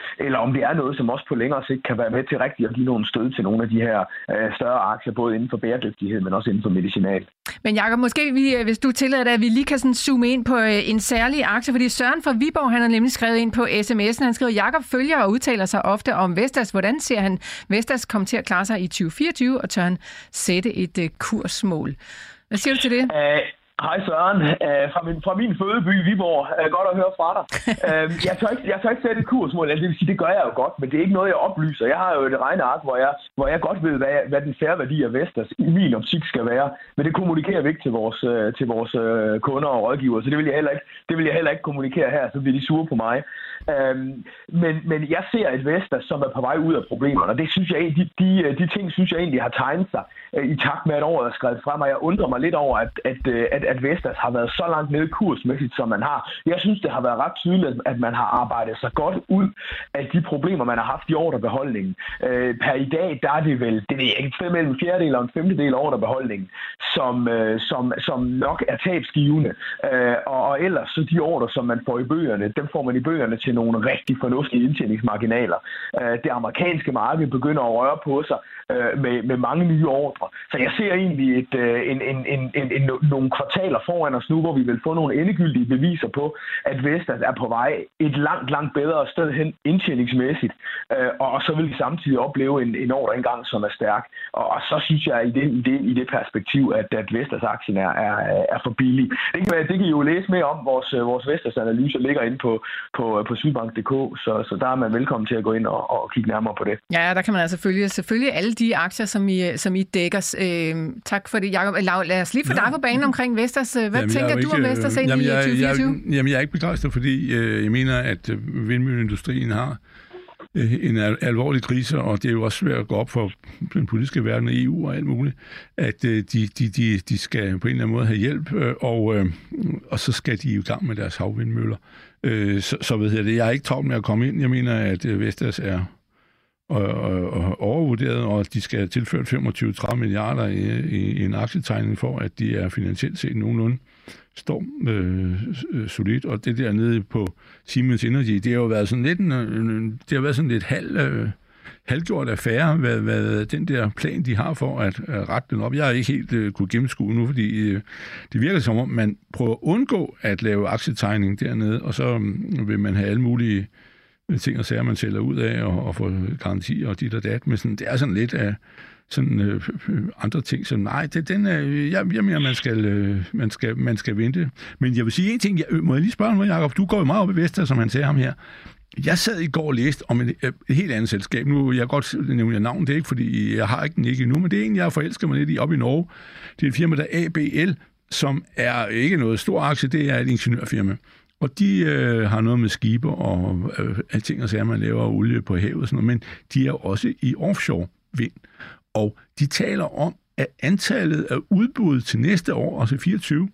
eller om det er noget, som også på længere sigt kan være med til rigtigt at give nogle stød til nogle af de her øh, større aktier, både inden for bæredygtighed, men også inden for medicinal. Men Jacob, måske vi, hvis du tillader det, at vi lige kan sådan zoome ind på en særlig aktie, fordi Søren fra Viborg, han har nemlig skrevet ind på sms'en. Han skriver, Jacob følger og udtaler sig ofte om Vestas. Hvordan ser han Vestas komme til at klare sig i tyve fireogtyve, og tør han sætte et uh, kursmål? Hvad siger du til det? Æh... Hej Søren, uh, fra, min, fra min fødeby Viborg. Uh, godt at høre fra dig. uh, jeg, tør ikke, jeg tør ikke sætte et kursmål, altså, det vil sige, det gør jeg jo godt, men det er ikke noget, jeg oplyser. Jeg har jo et regneark, hvor jeg, hvor jeg godt ved, hvad, hvad den fair værdi af Vestas i min optik skal være, men det kommunikerer vi ikke til vores, uh, til vores uh, kunder og rådgivere, så det vil, jeg heller ikke, det vil jeg heller ikke kommunikere her, så bliver de sure på mig. Uh, men, men jeg ser et Vestas, som er på vej ud af problemerne, og det synes jeg, de, de, de ting synes jeg egentlig har tegnet sig uh, i takt med, at året er skrevet frem, og jeg undrer mig lidt over, at, at, at at Vestas har været så langt nede kursmæssigt, som man har. Jeg synes, det har været ret tydeligt, at man har arbejdet sig godt ud af de problemer, man har haft i ordrebeholdningen. Øh, per i dag, der er det vel, det ved jeg ikke, fem mellem en fjerdedel og en femtedel af ordrebeholdningen, som, øh, som, som nok er tabsgivende. Øh, og, og ellers så de ordre, som man får i bøgerne, dem får man i bøgerne til nogle rigtig fornuftige indtjeningsmarginaler. Øh, det amerikanske marked begynder at røre på sig øh, med, med mange nye ordre. Så jeg ser egentlig et, øh, en, en, en, en, en, nogle kvartaler foran os nu, hvor vi vil få nogle endegyldige beviser på, at Vestas er på vej et langt, langt bedre sted hen indtjeningsmæssigt, øh, og så vil vi samtidig opleve en, en ordreindgang, som er stærk. Og, og så synes jeg i det, i det, i det perspektiv, at, at Vestas-aktien er, er, er for billig. Det kan, det kan I jo læse mere om. Vores, vores Vestas-analyser ligger inde på, på, på sydbank punktum d k, så, så der er man velkommen til at gå ind og, og kigge nærmere på det. Ja, der kan man altså følge selvfølgelig alle de aktier, som I, som I dækker. Øh, tak for det, Jacob. Lad os lige få dig på banen omkring Vestas. Hvad jamen, tænker du ikke, om Vestas ind i tyve fireogtyve? Jeg, jamen, jeg er ikke begejstret, fordi øh, jeg mener, at vindmølleindustrien har øh, en al- alvorlig krise, og det er jo også svært at gå op for den politiske verden og E U og alt muligt, at øh, de, de, de, de skal på en eller anden måde have hjælp, øh, og, øh, og så skal de i gang med deres havvindmøller. Øh, så, så ved jeg det. Jeg er ikke travlt med at komme ind. Jeg mener, at øh, Vestas er og, og, og overvurderet, og de skal tilføre femogtyve til tredive milliarder i, i, i en aktietegning for, at de er finansielt set nogenlunde står øh, solidt. Og det der nede på Siemens Energy, det har jo været sådan lidt, en, det har været sådan lidt halv, øh, halvgjort affære, hvad, hvad den der plan, de har for at, at rette den op. Jeg har ikke helt øh, kunne gennemskue nu, fordi øh, det virker som om, man prøver at undgå at lave aktietegning dernede, og så øh, vil man have alle mulige ting og sager, man sælger ud af, og, og få garantier og dit og dat, men sådan, det er sådan lidt af sådan øh, andre ting, som nej, det, den er, jeg, jeg mener, man skal, øh, man, skal, man skal vente. Men jeg vil sige en ting, jeg, må jeg lige spørge noget, Jacob? Du går jo meget op i Vestas, som han sagde ham her. Jeg sad i går og læste om et, et helt andet selskab. Nu jeg godt nævne jeg navn, det er ikke, fordi jeg har ikke den ikke endnu, men det er en, jeg forelsker mig lidt i op i Norge. Det er et firma, der er A B L, som er ikke noget stor aktie, det er et ingeniørfirma. Og de øh, har noget med skibe og øh, ting og sager, man laver olie på havet og sådan noget, men de er også i offshore vind. Og de taler om, at antallet af udbud til næste år, altså fireogtyve,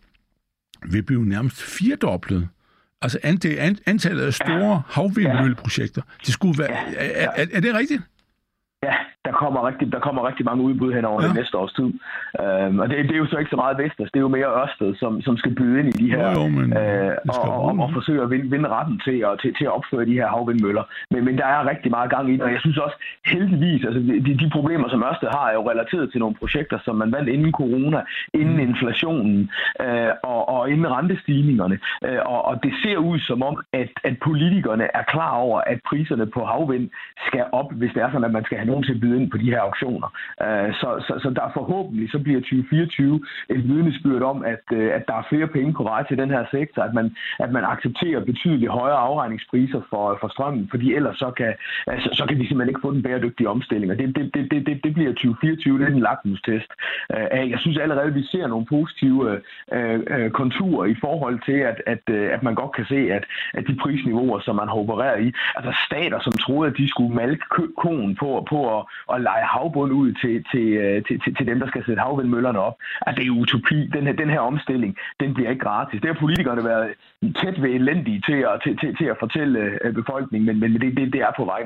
vil blive nærmest firedoblet. Altså antallet af store havvindmølleprojekter. Det skulle være, er, er, er det rigtigt? Ja, der kommer rigtig, der kommer rigtig mange udbud hen over ja. det næste års tid. Øhm, og det, det er jo så ikke så meget Vestas, det er jo mere Ørsted, som, som skal byde ind i de her, jo, jo, men øh, og, og, og forsøge at vinde, vinde retten til at, til, til at opføre de her havvindmøller. Men, men der er rigtig meget gang i det, og jeg synes også heldigvis, altså de, de problemer, som Ørsted har, er jo relateret til nogle projekter, som man vandt inden corona, inden inflationen øh, og, og inden rentestigningerne. Øh, og, og det ser ud som om, at, at politikerne er klar over, at priserne på havvind skal op, hvis det er sådan, at man skal have nogen til at byde ind på de her auktioner. Uh, så, så, så der forhåbentlig så bliver tyve fireogtyve et vidnesbyrd om, at, uh, at der er flere penge på vej til den her sektor, at man, at man accepterer betydeligt højere afregningspriser for, for strømmen, fordi ellers så kan, altså, så kan vi simpelthen ikke få den bæredygtige omstilling. Og det, det, det, det, det, det bliver tyve fireogtyve, det er en lakmustest. Uh, jeg synes allerede, at vi ser nogle positive uh, uh, konturer i forhold til, at, at, uh, at man godt kan se, at, at de prisniveauer, som man har opereret i, altså stater, som troede, at de skulle malke koen på, på at, at lege havbund ud til, til, til, til, til dem, der skal sætte havvindmøllerne op. Altså, det er utopi. Den her, den her omstilling, den bliver ikke gratis. Det har politikerne været tæt ved elendige til at, til, til, til at fortælle befolkningen, men, men det, det, det er på vej nu.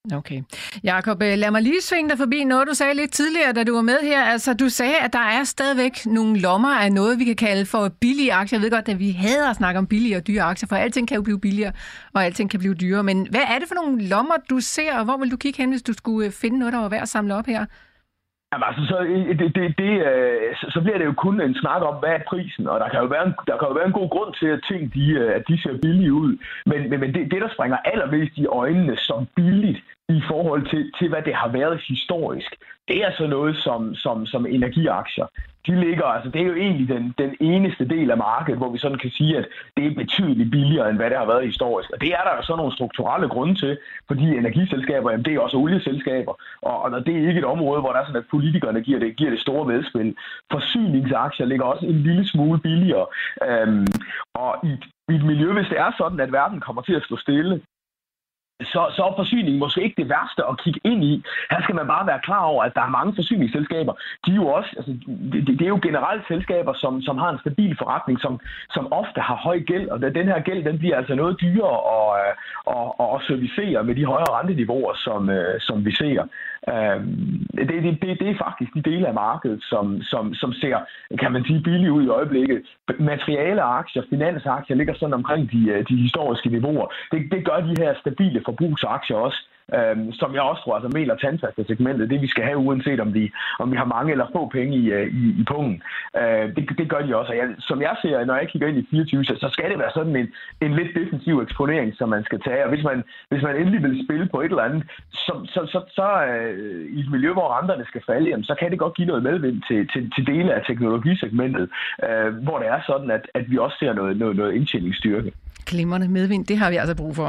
Okay. Jakob, lad mig lige svinge dig forbi noget, du sagde lidt tidligere, da du var med her. Altså, du sagde, at der er stadigvæk nogle lommer af noget, vi kan kalde for billige aktier. Jeg ved godt, at vi hader at snakke om billige og dyre aktier, for alting kan jo blive billigere, og alting kan blive dyrere. Men hvad er det for nogle lommer, du ser, og hvor vil du kigge hen, hvis du skulle finde noget, der var værd at samle op her? Jamen, altså, så, det, det, det, så bliver det jo kun en snak om, hvad er prisen, og der kan jo være en, der kan jo være en god grund til, at ting de, at de ser billige ud. Men, men, men det, det, der springer allermest i øjnene som billigt i forhold til, til, hvad det har været historisk, det er så noget som, som, som energiaktier. De ligger, altså det er jo egentlig den, den eneste del af markedet, hvor vi sådan kan sige, at det er betydeligt billigere, end hvad det har været historisk. Og det er der jo så nogle strukturelle grunde til, fordi energiselskaber, jamen det er også olieselskaber, og, og det er ikke et område, hvor der er sådan, at politikerne giver det, giver det store medspil. Forsyningsaktier ligger også en lille smule billigere. Øhm, og i, i et miljø, hvis det er sådan, at verden kommer til at stå stille, Så, så er forsyning måske ikke det værste at kigge ind i. Her skal man bare være klar over, at der er mange forsyningsselskaber. De er jo også, altså, det, det er jo generelt selskaber, som, som har en stabil forretning, som, som ofte har høj gæld, og den her gæld, den bliver altså noget dyrere at, at, at, at servicere med de højere renteniveauer, som, som vi ser. Det, det, det, det er faktisk de dele af markedet, som, som, som ser, kan man sige, billige ud i øjeblikket. Materiale aktier, finansaktier ligger sådan omkring de, de historiske niveauer. Det, det gør de her stabile forbrugsaktier også, øhm, som jeg også tror, altså mel- og tandpasta-segmentet, det vi skal have, uanset om vi, om vi har mange eller få penge i, i, i pungen. Øh, det, det gør de også. Og jeg, som jeg ser, når jeg kigger ind i fireogtyve, så, så skal det være sådan en, en lidt defensiv eksponering, som man skal tage. Og hvis man, hvis man endelig vil spille på et eller andet, så, så, så, så øh, i et miljø, hvor renterne skal falde, jamen, så kan det godt give noget medvind til, til, til dele af teknologisegmentet, øh, hvor det er sådan, at, at vi også ser noget, noget, noget indtjeningsstyrke. Glimrende medvind, det har vi altså brug for.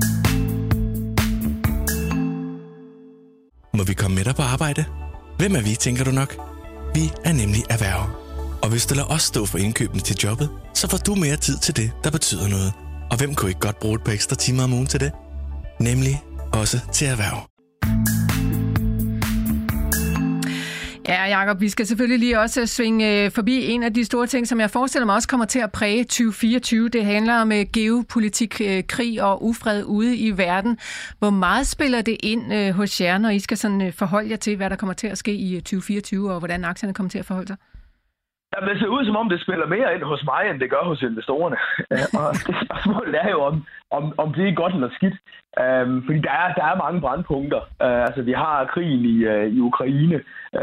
Må vi komme med dig på arbejde? Hvem er vi, tænker du nok? Vi er nemlig Erhverv. Og hvis du lader os stå for indkøben til jobbet, så får du mere tid til det, der betyder noget. Og hvem kunne ikke godt bruge et par ekstra timer om ugen til det? Nemlig også til Erhverv. Ja, Jakob, vi skal selvfølgelig lige også svinge forbi en af de store ting, som jeg forestiller mig også kommer til at præge tyve fireogtyve. Det handler om geopolitik, krig og ufred ude i verden. Hvor meget spiller det ind hos jer, når I skal sådan forholde jer til, hvad der kommer til at ske i tyve fireogtyve, og hvordan aktierne kommer til at forholde sig? Jamen, det ser ud som om, det spiller mere ind hos mig, end det gør hos investorerne. Og det spørgsmål er jo, om, om, om det er godt eller skidt. Um, fordi der er, der er mange brandpunkter. Uh, altså, vi har krigen i, uh, i Ukraine.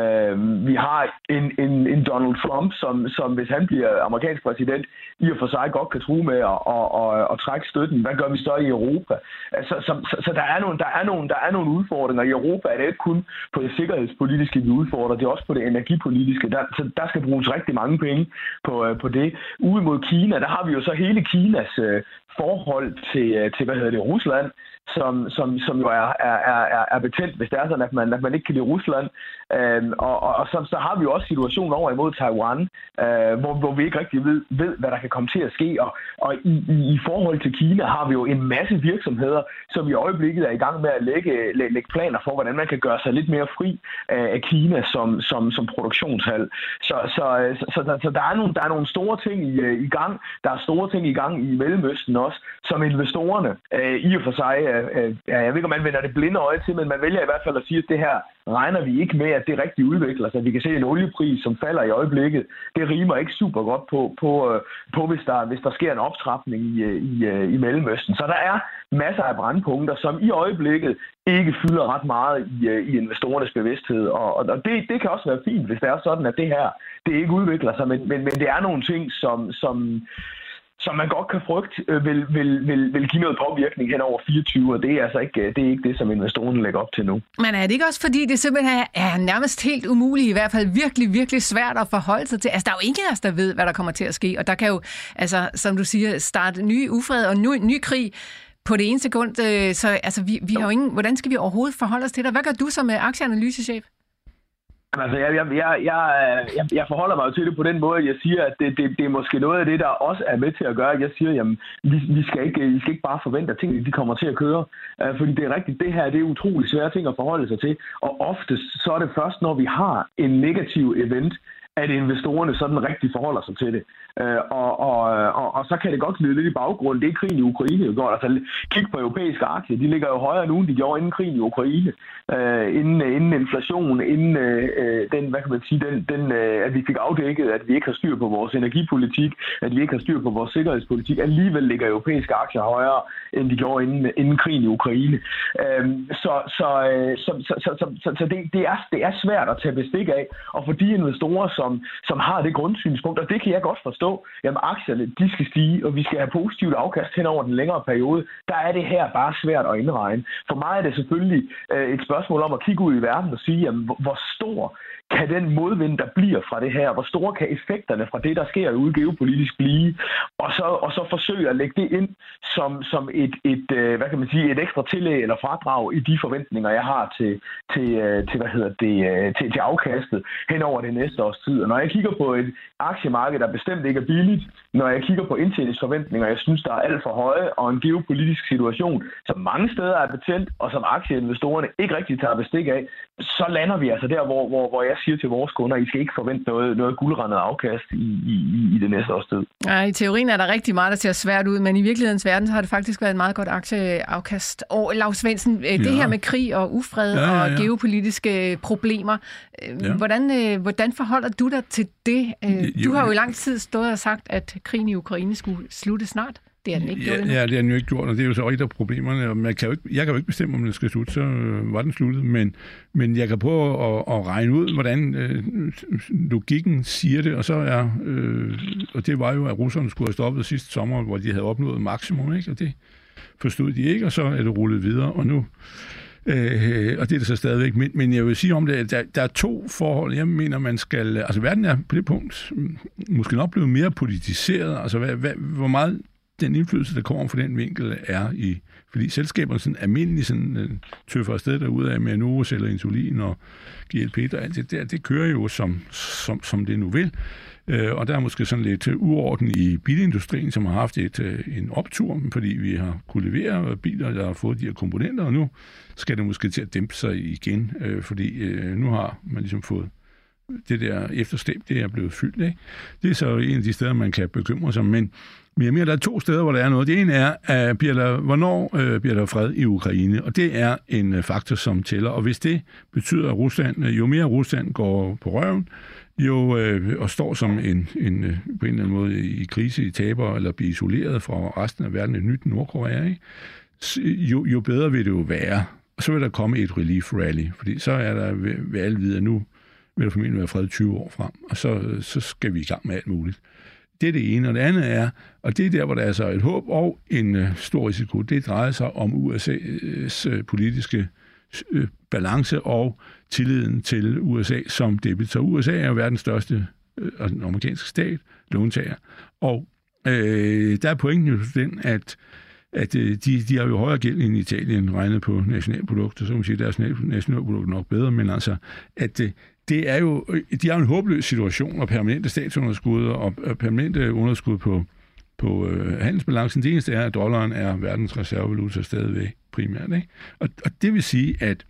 Uh, vi har en, en, en Donald Trump, som, som hvis han bliver amerikansk præsident, i og for sig godt kan true med at, at, at, at trække støtten. Hvad gør vi så i Europa? Uh, så så, så, så der, er nogle, der, er nogle, der er nogle udfordringer. I Europa er det ikke kun på det sikkerhedspolitiske, vi udfordrer. Det er også på det energipolitiske. Der, så der skal bruges rigtig mange penge på, uh, på det. Ude mod Kina, der har vi jo så hele Kinas uh, forhold til, til, hvad hedder det, Rusland, som, som, som jo er, er, er, er betændt, hvis det er sådan, at man, at man ikke kan lide Rusland. Øhm, og og så, så har vi jo også situationen over imod Taiwan, øh, hvor, hvor vi ikke rigtig ved, ved, hvad der kan komme til at ske. Og, og i, i, i forhold til Kina har vi jo en masse virksomheder, som i øjeblikket er i gang med at lægge, læ, lægge planer for, hvordan man kan gøre sig lidt mere fri øh, af Kina som, som, som produktionshal. Så, så, så, så, så der, er nogle, der er nogle store ting i, i gang. Der er store ting i gang i Mellemøsten også, som investorerne øh, i og for sig, øh, jeg ved ikke, om man vender det blinde øje til, men man vælger i hvert fald at sige, at det her regner vi ikke med, at det rigtig udvikler sig. Vi kan se en oliepris, som falder i øjeblikket. Det rimer ikke super godt på, på, på hvis, der, hvis der sker en optrapning i, i, i Mellemøsten. Så der er masser af brandpunkter, som i øjeblikket ikke fylder ret meget i, i investorernes bevidsthed. Og, og det, det kan også være fint, hvis det er sådan, at det her det ikke udvikler sig. Men, men, men det er nogle ting, som... som som man godt kan frygte, vil, vil, vil, vil give noget påvirkning hen over fireogtyve, og det er altså ikke det, er ikke det, som investorerne lægger op til nu. Men er det ikke også, fordi det simpelthen er nærmest helt umuligt, i hvert fald virkelig, virkelig svært at forholde sig til? Altså, der er jo ingen af os, der ved, hvad der kommer til at ske, og der kan jo, altså, som du siger, starte ny ufred og ny, ny krig på det ene sekund. Så altså, vi, vi har jo ingen, hvordan skal vi overhovedet forholde os til det? Hvad gør du som aktieanalysechef? Altså, jeg, jeg, jeg, jeg, jeg forholder mig jo til det på den måde, at jeg siger, at det, det, det er måske noget af det, der også er med til at gøre, at jeg siger, jamen, vi, vi, skal ikke, vi skal ikke bare forvente, at tingene de kommer til at køre. Uh, fordi det er rigtigt, det her det er utroligt svære ting at forholde sig til. Og ofte så er det først, når vi har en negativ event, at investorerne sådan rigtig forholder sig til det. Øh, og, og, og, og så kan det godt glide lidt i baggrund. Det er krigen i Ukraine jo godt. Altså, kig på europæiske aktier. De ligger jo højere nu, end de gjorde inden krigen i Ukraine. Øh, inden, inden inflation, inden øh, den, hvad kan man sige, den, den, øh, at vi fik afdækket, at vi ikke har styr på vores energipolitik, at vi ikke har styr på vores sikkerhedspolitik. Alligevel ligger europæiske aktier højere, end de gjorde inden, inden krigen i Ukraine. Øh, så så, så, så, så, så, så, så det, det, er, det er svært at tage bestik af. Og for de investorer, som, som har det grundsynspunkt, og det kan jeg godt forstå, jamen aktierne, de skal stige, og vi skal have positivt afkast hen over den længere periode, der er det her bare svært at indregne. For mig er det selvfølgelig øh, et spørgsmål om at kigge ud i verden og sige, jamen, hvor stor kan den modvind, der bliver fra det her, hvor store kan effekterne fra det, der sker ude geopolitisk blive, og så, og så forsøge at lægge det ind som, som et, et, hvad kan man sige, et ekstra tillæg eller fradrag i de forventninger, jeg har til, til, til, hvad hedder det, til, til afkastet hen over det næste års tid. Og når jeg kigger på et aktiemarked, der bestemt ikke er billigt, når jeg kigger på indtjeningsforventninger, jeg synes, der er alt for høje, og en geopolitisk situation, som mange steder er betændt, og som aktieinvestorerne ikke rigtig tager bestik af, så lander vi altså der, hvor, hvor, hvor jeg siger til vores kunder, I skal ikke forvente noget, noget guldrandet afkast i, i, i det næste års tid. Ja, i teorien er der rigtig meget, der ser svært ud, men i virkelighedens verden så har det faktisk været en meget godt aktieafkast. Og Lav Svendsen, det ja. her med krig og ufred ja, ja, ja. og geopolitiske problemer, ja. hvordan, hvordan forholder du dig til det? Du har jo i lang tid stået og sagt, at krigen i Ukraine skulle slutte snart. Det er den ikke ja, gjort. Ja, det er den jo ikke gjort, og det er jo så et af problemerne. Og man kan jo ikke, jeg kan jo ikke bestemme, om den skal slutte, så øh, var den sluttet. Men, men jeg kan prøve at, at regne ud, hvordan øh, logikken siger det, og så er øh, og det var jo, at russerne skulle have stoppet sidste sommer, hvor de havde opnået maksimum, ikke? Og det forstod de ikke, og så er det rullet videre, og nu Øh, og det er det så stadigvæk. Men, men jeg vil sige om det, at der, der er to forhold. Jeg mener, man skal... Altså, verden er på det punkt måske nok blevet mere politiseret. Altså, hvad, hvad, hvor meget den indflydelse, der kommer fra den vinkel, er i... Fordi selskaberne sådan almindeligt sådan, øh, tøffer afsted derude af med Novo sælger insulin og G L P og alt det der. Det kører jo, som, som, som det nu vil. Øh, og der er måske sådan lidt uorden i bilindustrien, som har haft et, øh, en optur, fordi vi har kunne levere biler, der har fået de her komponenter, og nu skal det måske til at dæmpe sig igen, øh, fordi øh, nu har man ligesom fået det der efterslæb, det er blevet fyldt, ikke? Det er så en af de steder, man kan bekymre sig, men mere mere, der er to steder, hvor der er noget. Det ene er, at bliver der, hvornår øh, bliver der fred i Ukraine, og det er en øh, faktor, som tæller, og hvis det betyder, at Rusland, jo mere Rusland går på røven, jo, øh, og står som en, en, øh, på en eller anden måde i krise, i taber, eller bliver isoleret fra resten af verden, et nyt Nordkorea, ikke? Jo, jo bedre vil det jo være. Og så vil der komme et relief rally, fordi så er der ved, ved alle videre, nu vil der formentlig være fred tyve år frem, og så, så skal vi i gang med alt muligt. Det er det ene, og det andet er, og det er der, hvor der er så et håb og en øh, stor risiko, det drejer sig om U S A's øh, politiske øh, balance og tilliden til U S A som debitor. U S A er jo verdens største øh, den amerikanske stat, låntager, og øh, der er pointen jo den, at at de, de har jo højere gæld end Italien regnet på nationalprodukter, så man sige, deres nationalprodukt er nok bedre, men altså, at det er jo, de har en håbløs situation, og permanente statsunderskud og permanente underskud på, på øh, handelsbalancen. Det eneste er, at dollaren er verdens reservevaluta stadigvæk primært, ikke? Og, og det vil sige, at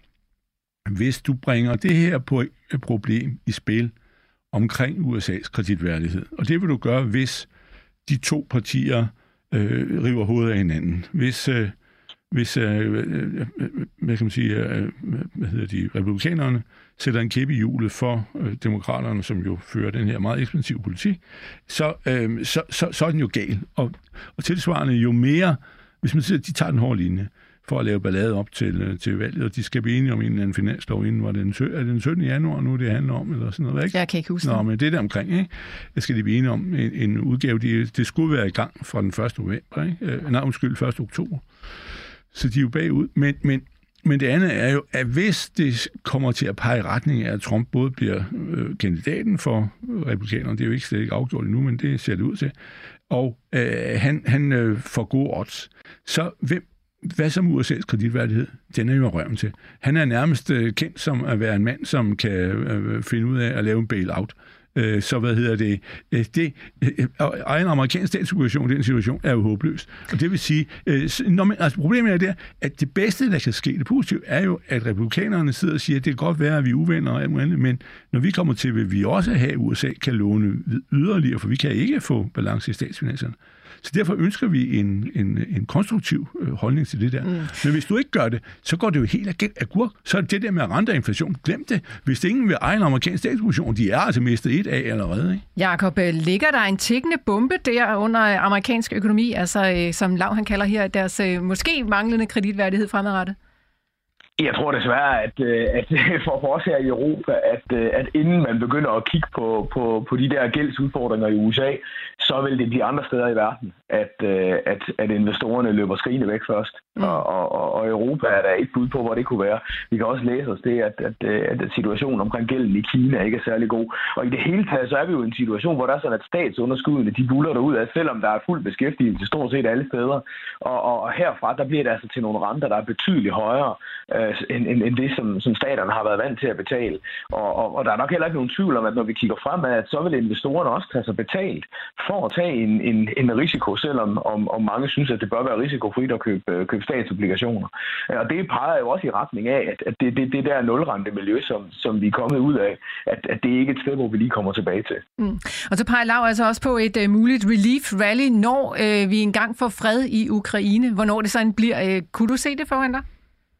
hvis du bringer det her på et problem i spil omkring U S A's kreditværdighed, og det vil du gøre, hvis de to partier Øh, river hovedet af hinanden. Hvis, øh, hvis øh, øh, hvad kan man sige, øh, hvad hedder de, republikanerne sætter en kæp i hjulet for øh, demokraterne, som jo fører den her meget ekspansive politik, så, øh, så, så, så er den jo gal. Og, og tilsvarende jo mere, hvis man siger, at de tager den hårde linje for at lave ballade op til, til valget, og de skal blive enige om en eller anden finanslov inden, var det den, er det den syttende januar nu, det handler om, eller sådan noget, ikke? Jeg kan ikke huske Nå, men det er der omkring, ikke? Det skal de blive enige om en, en udgave, det, det skulle være i gang fra den første november, ikke? Nej, undskyld, første oktober. Så de er jo bagud. Men, men, men det andet er jo, at hvis det kommer til at pege i retning af, at Trump både bliver øh, kandidaten for republikanerne, det er jo ikke slet ikke afgjort endnu, men det ser det ud til, og øh, han, han øh, får gode odds, så hvem hvad som U S A's kreditværdighed, den er jo røven til. Han er nærmest øh, kendt som at være en mand, som kan øh, finde ud af at lave en bailout Øh, så hvad hedder det? Øh, det øh, egen amerikansk statsobligation i den situation er jo håbløst. Og det vil sige, øh, når man, altså problemet er der, at det bedste, der kan ske, det positive, er jo, at republikanerne sidder og siger, at det kan godt være, at vi er uvenner og alt muligt, men når vi kommer til, vil vi også have, at U S A kan låne yderligere, for vi kan ikke få balance i statsfinanserne. Så derfor ønsker vi en, en, en konstruktiv holdning til det der. Mm. Men hvis du ikke gør det, så går det jo helt agurk. Så er det der med rente og inflation. Glem det. Hvis ingen vil eje en amerikansk statsobligation, de er altså mistet et af allerede. Ikke? Jakob, ligger der en tikkende bombe der under amerikansk økonomi, altså som Lau han kalder her, deres måske manglende kreditværdighed fremadrettet? Jeg tror desværre, at, at for os her i Europa, at, at inden man begynder at kigge på, på, på de der gældsudfordringer i U S A, så vil det blive andre steder i verden, at, at, at investorerne løber skrigende væk først. Mm. Og, og, og Europa er der et bud på, hvor det kunne være. Vi kan også læse os det, at, at, at situationen omkring gælden i Kina ikke er særlig god. Og i det hele taget, så er vi jo i en situation, hvor der er sådan, at statsunderskuddene, de buller derud af, selvom der er fuld beskæftigelse stort set alle steder. Og, og, og herfra, der bliver det altså til nogle renter, der er betydeligt højere øh, end, end, end det, som, som staterne har været vant til at betale. Og, og, og der er nok heller ikke nogen tvivl om, at når vi kigger fremad, så vil investorerne også tage sig betalt for at tage en, en, en risiko, selvom om, om mange synes, at det bør være risikofrit at købe, købe statsobligationer. Og det peger jo også i retning af, at, at det, det, det der nulrente miljø, som, som vi er kommet ud af, at, at det ikke er et sted, hvor vi lige kommer tilbage til. Mm. Og så peger Lau altså også på et uh, muligt relief rally, når uh, vi engang får fred i Ukraine. Hvornår det sådan bliver. Uh, kunne du se det foran dig?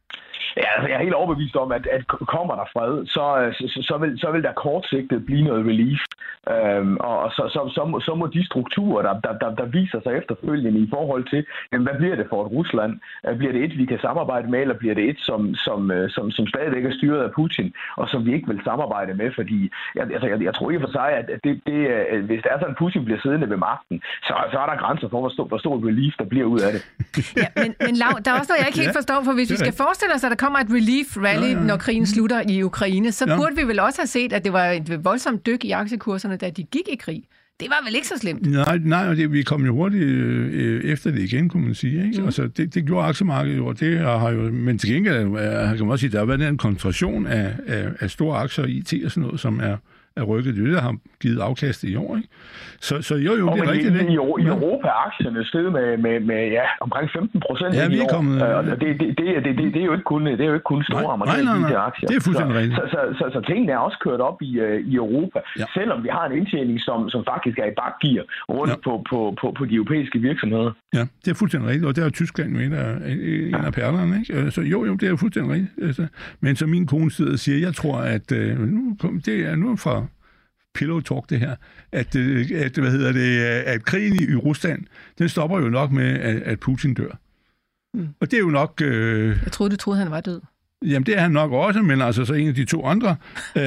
Ja, altså, jeg er helt overbevist om, at, at kommer der fred, så, så, så, vil, så vil der kortsigtet blive noget relief. Øhm, og så, så, så, må, så må de strukturer, der, der, der, der viser sig efterfølgende i forhold til, jamen, hvad bliver det for et Rusland? Bliver det et, vi kan samarbejde med, eller bliver det et, som, som, som, som stadigvæk er styret af Putin, og som vi ikke vil samarbejde med? Fordi jeg, altså, jeg, jeg tror ikke for sig, at det, det, hvis det er sådan, at Putin bliver siddende ved magten, så, så er der grænser for, hvor stor, hvor stor relief der bliver ud af det. Ja, men, men Lau, der er også noget, jeg ikke helt forstår, for hvis vi skal forestille os, at der kommer et relief rally, ja, ja. når krigen slutter i Ukraine, så ja. burde vi vel også have set, at det var et voldsomt dyk i aktiekurserne, da de gik i krig. Det var vel ikke så slemt? Nej, nej og det, vi kom jo hurtigt øh, efter det igen, kunne man sige. Ikke? Mm. Altså, det, det gjorde aktiemarkedet jo, og det har jo, men til gengæld kan man også sige, der har været en koncentration af, af, af store aktier, I T og sådan noget, som er er rykket. Det er det, der har givet afkast i år, ikke? Så, så jo, jo, og det er rigtigt. I, i Europa er aktierne steget med, med, med ja, omkring femten procent ja, i år. Kommet, øh, og det, det, det, det, det, det, er jo ikke kun, det er jo ikke kun store amerikanske aktier. Det er fuldstændig rigtigt. Så, så, så, så, så tingene er også kørt op i, uh, i Europa, ja. selvom vi har en indtjening, som, som faktisk er i bakgear rundt ja. på, på, på, på de europæiske virksomheder. Ja, det er fuldstændig rigtigt, og der er Tyskland jo en af, en af perlerne, ikke? Så jo, jo, det er fuldstændig rigtigt. Men som min kone sidder og siger, jeg tror, at uh, nu, det er nu fra pillow talk det her, at, at, hvad hedder det, at krigen i, i Rusland, den stopper jo nok med, at, at Putin dør. Mm. Og det er jo nok... Øh, jeg troede, du troede, han var død. Jamen, det er han nok også, men altså så en af de to andre øh,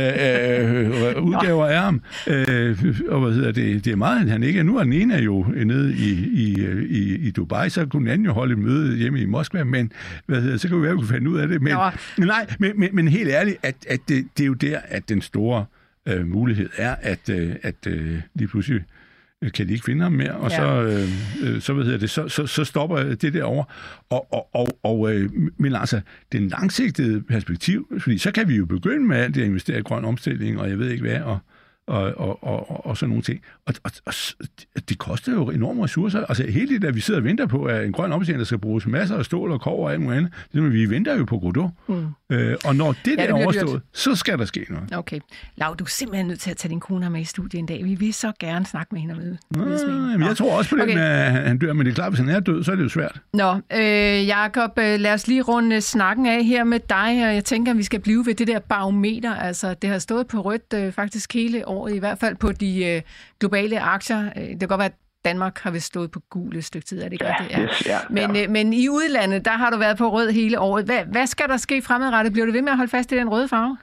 øh, udgaver af ham. Øh, og hvad hedder det, det er meget, han ikke er. Nu er den ene er jo nede i, i, i, i Dubai, så kunne den anden jo holde et møde hjemme i Moskva, men hvad hedder, så kan vi være, at vi kan finde ud af det. Men, nej, men, men, men helt ærligt, at, at det, det er jo der, at den store Øh, mulighed er, at, øh, at øh, lige pludselig øh, kan de ikke finde ham mere, og ja. så, øh, så, hvad hedder det, så, så, så stopper det derovre. Og, og, og, og, øh, men altså, den langsigtede perspektiv, fordi så kan vi jo begynde med alt det at investere i grøn omstilling, og jeg ved ikke hvad, og Og, og, og, og sådan nogle ting. Og, og, og det koster jo enorme ressourcer. Altså helt det, der vi sidder og venter på, er en grøn omstilling, der skal bruges masser af stål og kobber og alt muligt andet. Det, vi venter jo på Godot. Mm. Øh, og når det, ja, det der er overstået, dyrt. Så skal der ske noget. Okay. Lau, du er simpelthen nødt til at tage din kone med i studiet en dag. Vi vil så gerne snakke med hende om det. Men jeg tror også på det, okay. med, at han dør. Men det er klart, hvis han er død, så er det jo svært. Nå, øh, Jakob, lad os lige runde snakken af her med dig. Jeg tænker, at vi skal blive ved det der barometer. Altså, det har stået på rødt øh, faktisk hele året, i hvert fald på de øh, globale aktier. Det kan godt være, at Danmark har vist stået på gul et stykke tid, er det ikke rigtigt? Ja. Yes, ja, men, ja. Øh, men i udlandet, der har du været på rød hele året. Hvad, hvad skal der ske fremadrettet? Bliver du ved med at holde fast i den røde farve?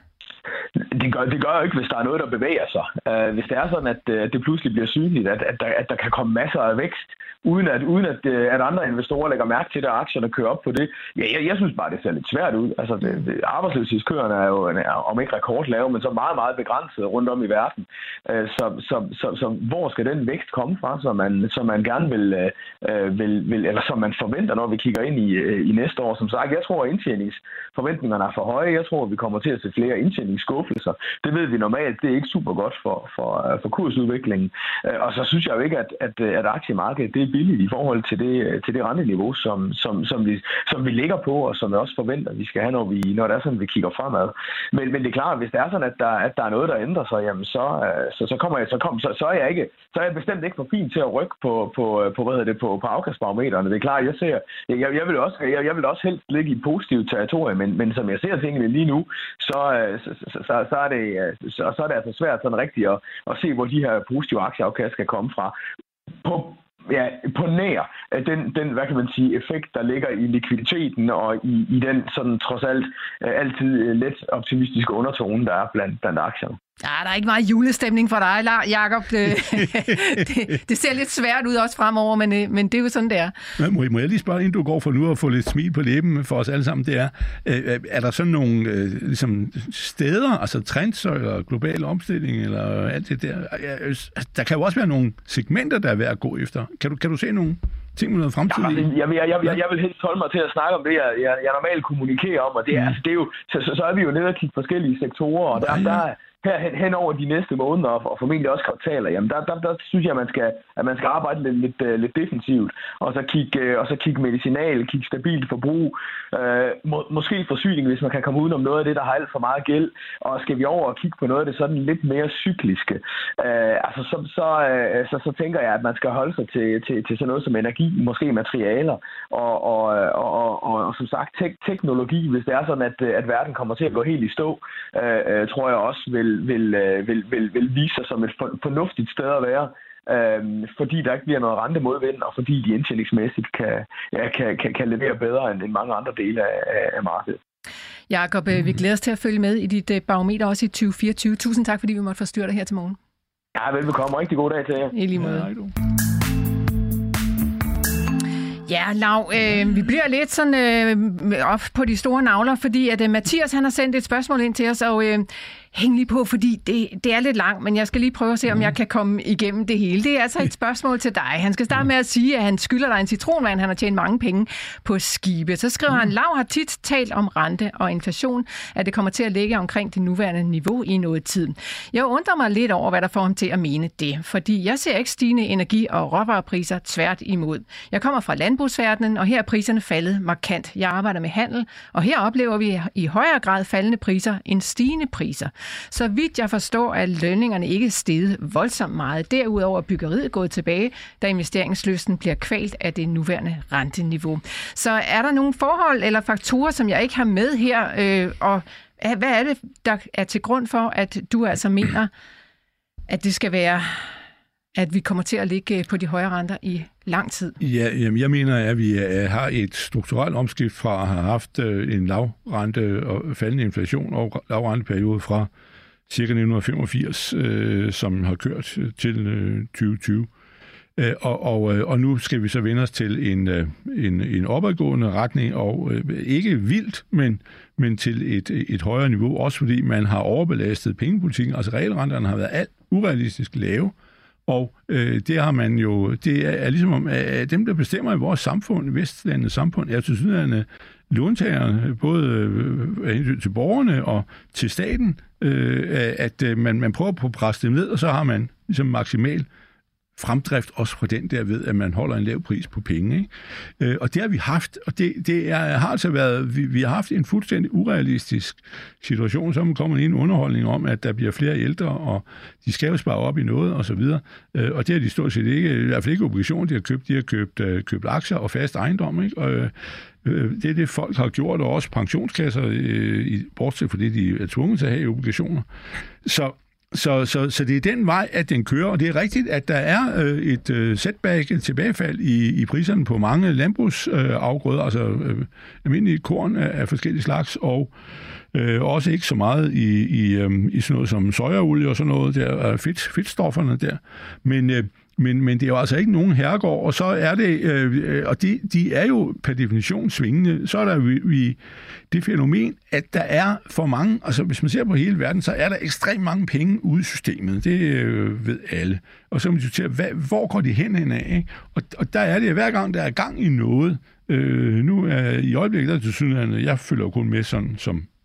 Det gør, det gør jo ikke, hvis der er noget, der bevæger sig. Uh, hvis det er sådan, at uh, det pludselig bliver synligt, at, at, der, at der kan komme masser af vækst, uden at, uden at, uh, at andre investorer lægger mærke til det, og aktierne kører op på det. Ja, jeg, jeg synes bare, det ser lidt svært ud. Altså, det, det, arbejdsløshedskøerne er jo, er, om ikke rekordlave, men så meget, meget begrænset rundt om i verden. Uh, så, så, så, så hvor skal den vækst komme fra, som man, som man gerne vil, uh, vil, vil, eller som man forventer, når vi kigger ind i, uh, i næste år? Som sagt, jeg tror, at indtjeningsforventningerne er for høje. Jeg tror, at vi kommer til at se flere indtjeningsforventninger skuffelser. Det ved vi normalt, det er ikke super godt for, for, for kursudviklingen. Og så synes jeg jo ikke, at, at, at aktiemarkedet det er billigt i forhold til det, til det renteniveau, som, som, som, vi, som vi ligger på, og som jeg også forventer, at vi skal have, når, vi, når det er sådan, vi kigger fremad. Men, men det er klart, at hvis det er sådan, at der, at der er noget, der ændrer sig, jamen så, så, så, kommer jeg, så, kom, så, så, er jeg ikke, så er jeg bestemt ikke for fint til at rykke på, på, på, hvad det, på, på afkastbarometerne. Det er klart, jeg ser, jeg, jeg, vil også, jeg, jeg vil også helst ligge i positivt territorium, men, men som jeg ser tingene lige nu, så, så, så, så, er, det, så, så er det altså svært sådan rigtigt at, at se, hvor de her positive aktieafkast skal komme fra. På Ja, på nær den, den, hvad kan man sige, effekt, der ligger i likviditeten og i, i den sådan trods alt altid let optimistiske undertone, der er blandt, blandt aktierne. Ja, der er ikke meget julestemning for dig, Jakob. Det, det, det ser lidt svært ud også fremover, men, men det er jo sådan, det er. Må jeg, må jeg lige spørge, inden du går for nu og få lidt smil på læben for os alle sammen, det er, er der sådan nogle ligesom steder, altså trends eller global omstilling eller alt det der? Der kan jo også være nogle segmenter, der er værd at gå efter. Kan du, kan du se nogle ting med noget fremtid? Ja, altså, jeg, jeg, jeg, jeg, jeg vil helst holde mig til at snakke om det, jeg, jeg, jeg normalt kommunikerer om, og det er, mm. altså, det er jo, så, så, så er vi jo nede og kigge forskellige sektorer, og der, ja, ja. der her hen, hen over de næste måneder, og formentlig også kvartaler, jamen der, der, der synes jeg, at man skal, at man skal arbejde lidt, lidt, lidt defensivt, og så kigge, og så kigge medicinal, kigge stabilt forbrug, øh, må, måske forsyning, hvis man kan komme udenom noget af det, der har alt for meget gæld, og skal vi over og kigge på noget af det sådan lidt mere cykliske, øh, altså så, så, øh, så, så tænker jeg, at man skal holde sig til, til, til sådan noget som energi, måske materialer, og, og, og, og, og, og som sagt tek, teknologi, hvis det er sådan, at, at verden kommer til at gå helt i stå, øh, øh, tror jeg også vil Vil, vil, vil, vil vise sig som et fornuftigt sted at være, øhm, fordi der ikke bliver noget rentemodvind, og fordi de indtjeningsmæssigt kan, ja, kan, kan, kan levere bedre end, end mange andre dele af, af markedet. Jakob, vi glæder os til at følge med i dit barometer også i tyve fireogtyve. Tusind tak, fordi vi måtte forstyrre dig her til morgen. Ja, velbekomme. Rigtig god dag til jer. I lige måde. Ja, Ja, Lau, øh, vi bliver lidt sådan øh, op på de store navler, fordi at øh, Mathias han har sendt et spørgsmål ind til os, og øh, hæng lige på, fordi det, det er lidt langt, men jeg skal lige prøve at se, om jeg kan komme igennem det hele. Det er altså et spørgsmål til dig. Han skal starte med at sige, at han skylder dig en citronvand. Han har tjent mange penge på skibe. Så skriver han, Lau har tit talt om rente og inflation, at det kommer til at ligge omkring det nuværende niveau i noget tid. Jeg undrer mig lidt over, hvad der får ham til at mene det, fordi jeg ser ikke stigende energi- og råvarepriser, tvært imod. Jeg kommer fra landbrugsverdenen, og her er priserne faldet markant. Jeg arbejder med handel, og her oplever vi i højere grad faldende priser end stigende priser. Så vidt jeg forstår, at lønningerne ikke er steget voldsomt meget. Derudover er byggeriet gået tilbage, da investeringslysten bliver kvalt af det nuværende renteniveau. Så er der nogle forhold eller faktorer, som jeg ikke har med her? Øh, og hvad er det, der er til grund for, at du altså mener, at det skal være, at vi kommer til at ligge på de høje renter i lang tid? Ja, jamen jeg mener, at vi har et strukturelt omskift fra at have haft en lavrente og faldende inflation og lavrenteperiode fra cirka nitten femogfirs, øh, som har kørt til øh, tyve tyve. Øh, og, og, og nu skal vi så vende os til en, en, en opadgående retning, og øh, ikke vildt, men, men til et, et højere niveau, også fordi man har overbelastet pengepolitikken. Altså realrenterne har været alt urealistisk lave, og øh, det har man jo, det er, er ligesom om, at dem, der bestemmer i vores samfund, vestlandets samfund, er til sydlandene låntagerne, både af hensyn til borgerne og til staten, øh, at øh, man, man prøver på at presse dem ned, og så har man ligesom maksimal fremdrift også fra den der ved, at man holder en lav pris på penge. Ikke? Øh, og det har vi haft, og det, det er, har altså været, vi, vi har haft en fuldstændig urealistisk situation, så kommer en underholdning om, at der bliver flere ældre, og de skal jo spare op i noget, og så videre. Øh, og det har de stort set ikke, i hvert fald ikke obligationer, de har købt, de har købt, øh, købt aktier og fast ejendom, ikke? Og, øh, det er det, folk har gjort, og også pensionskasser, øh, bortset fra det, de er tvunget til at have i obligationer. Så Så, så, så det er den vej, at den kører, og det er rigtigt, at der er øh, et øh, setback, et tilbagefald i, i priserne på mange landbrugsafgrøder, øh, altså øh, almindelige korn af, af forskellige slags, og øh, også ikke så meget i, i, øh, i sådan noget som sojaolie og sådan noget der, fedt, fedtstofferne der, men øh, Men, men det er jo altså ikke nogen herregård, og så er det, øh, og de, de er jo per definition svingende, så er der vi, vi, det fænomen, at der er for mange, altså hvis man ser på hele verden, så er der ekstremt mange penge ude i systemet, det øh, ved alle. Og så kan man diskutere, hvad, hvor går de hen hen af? Ikke? Og, og der er det, hver gang der er gang i noget, øh, nu er i øjeblikket, der til synligheden, jeg følger jo kun med sådan som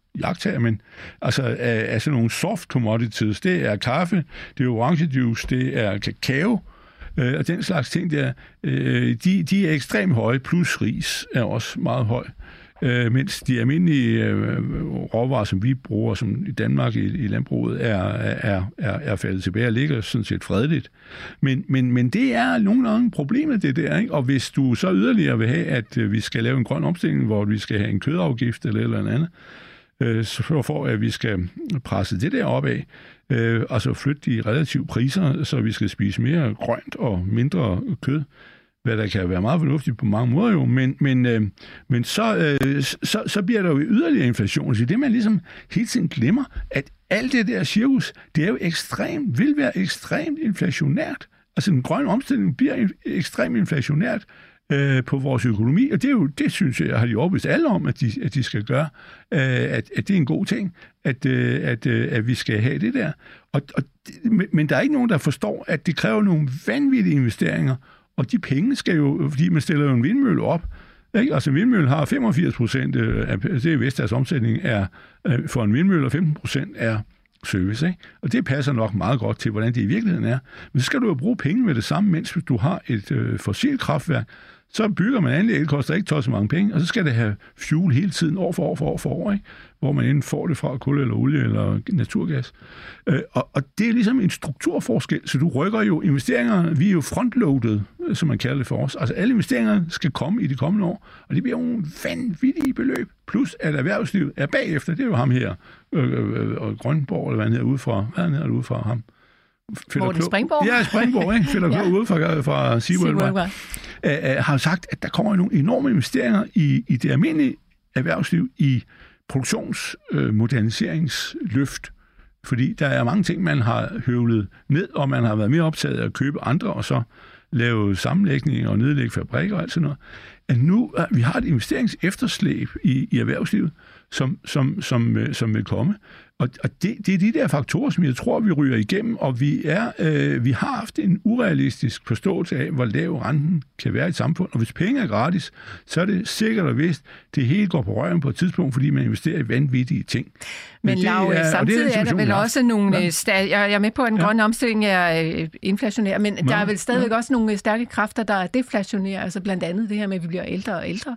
jagttager, men altså af, af sådan nogle soft commodities, det er kaffe, det er orangejuice, det er kakao, øh, og den slags ting der, øh, de, de er ekstremt høje, plus ris er også meget høj. Øh, mens de almindelige øh, råvarer, som vi bruger som i Danmark i, i landbruget, er, er, er, er faldet tilbage og ligger sådan set fredeligt. Men, men, men det er nogle gange problemet, det der, ikke? Og hvis du så yderligere vil have, at øh, vi skal lave en grøn omstilling, hvor vi skal have en kødafgift eller eller andet, øh, så for at vi skal presse det der opad, øh, altså flytte de relative priser, så vi skal spise mere grønt og mindre kød, hvad der kan være meget fornuftigt på mange måder jo, men, men, øh, men så, øh, så, så bliver der jo yderligere inflation. Så det man ligesom hele tiden glemmer, at alt det der cirkus, det er jo ekstremt, vil være ekstremt inflationært. Altså den grønne omstilling bliver ekstremt inflationært øh, på vores økonomi, og det er jo, det synes jeg, har de overbevist alle om, at de, at de skal gøre, øh, at, at det er en god ting, at, øh, at, øh, at vi skal have det der. Og, og, men der er ikke nogen, der forstår, at det kræver nogle vanvittige investeringer. Og de penge skal jo, fordi man stiller jo en vindmølle op, ikke? Altså en vindmølle har femogfirs procent af, det er Vestas omsætning, er for en vindmølle, og femten procent er service, ikke? Og det passer nok meget godt til, hvordan det i virkeligheden er. Men så skal du jo bruge penge med det samme, mens du har et øh, fossilt kraftværk. Så bygger man anlæg, det koster ikke så mange penge, og så skal det have fuel hele tiden, år for år for år for år, ikke? Hvor man enten får det fra kul eller olie eller naturgas. Øh, og, og det er ligesom en strukturforskel, så du rykker jo investeringer, vi er jo frontloadet, som man kalder det for os. Altså alle investeringer skal komme i de kommende år, og det bliver jo en vanvittige beløb, plus at erhvervslivet er bagefter, det er jo ham her, øh, øh, og Grønborg, eller hvad han hedder, ude fra, hvad han hedder ude fra ham? Morten Springborg? Ja, Springborg, ikke? Fælder ja. Ude fra, fra SeaWorld. Uh, har sagt, at der kommer nogle enorme investeringer i, i det almindelige erhvervsliv, i produktionsmoderniseringsløft, øh, fordi der er mange ting, man har høvlet ned, og man har været mere optaget af at købe andre, og så lave sammenlægninger og nedlægge fabrikker og alt sådan noget. At nu uh, vi har et investeringsefterslæb i, i erhvervslivet, som, som, som, uh, som vil komme. Og, og det, det er de der faktorer, som jeg tror, vi ryger igennem, og vi, er, øh, vi har haft en urealistisk forståelse af, hvor lav renten kan være i et samfund. Og hvis penge er gratis, så er det sikkert og vist, det hele går på røven på et tidspunkt, fordi man investerer i vanvittige ting. Men det Lav, er, samtidig er, er der vel også nogle... Ja. Sta- jeg er med på, at den grønne ja. omstilling er inflationær, men ja. der er vel stadigvæk ja. også nogle stærke kræfter, der er deflationære, altså blandt andet det her med, at vi bliver ældre og ældre.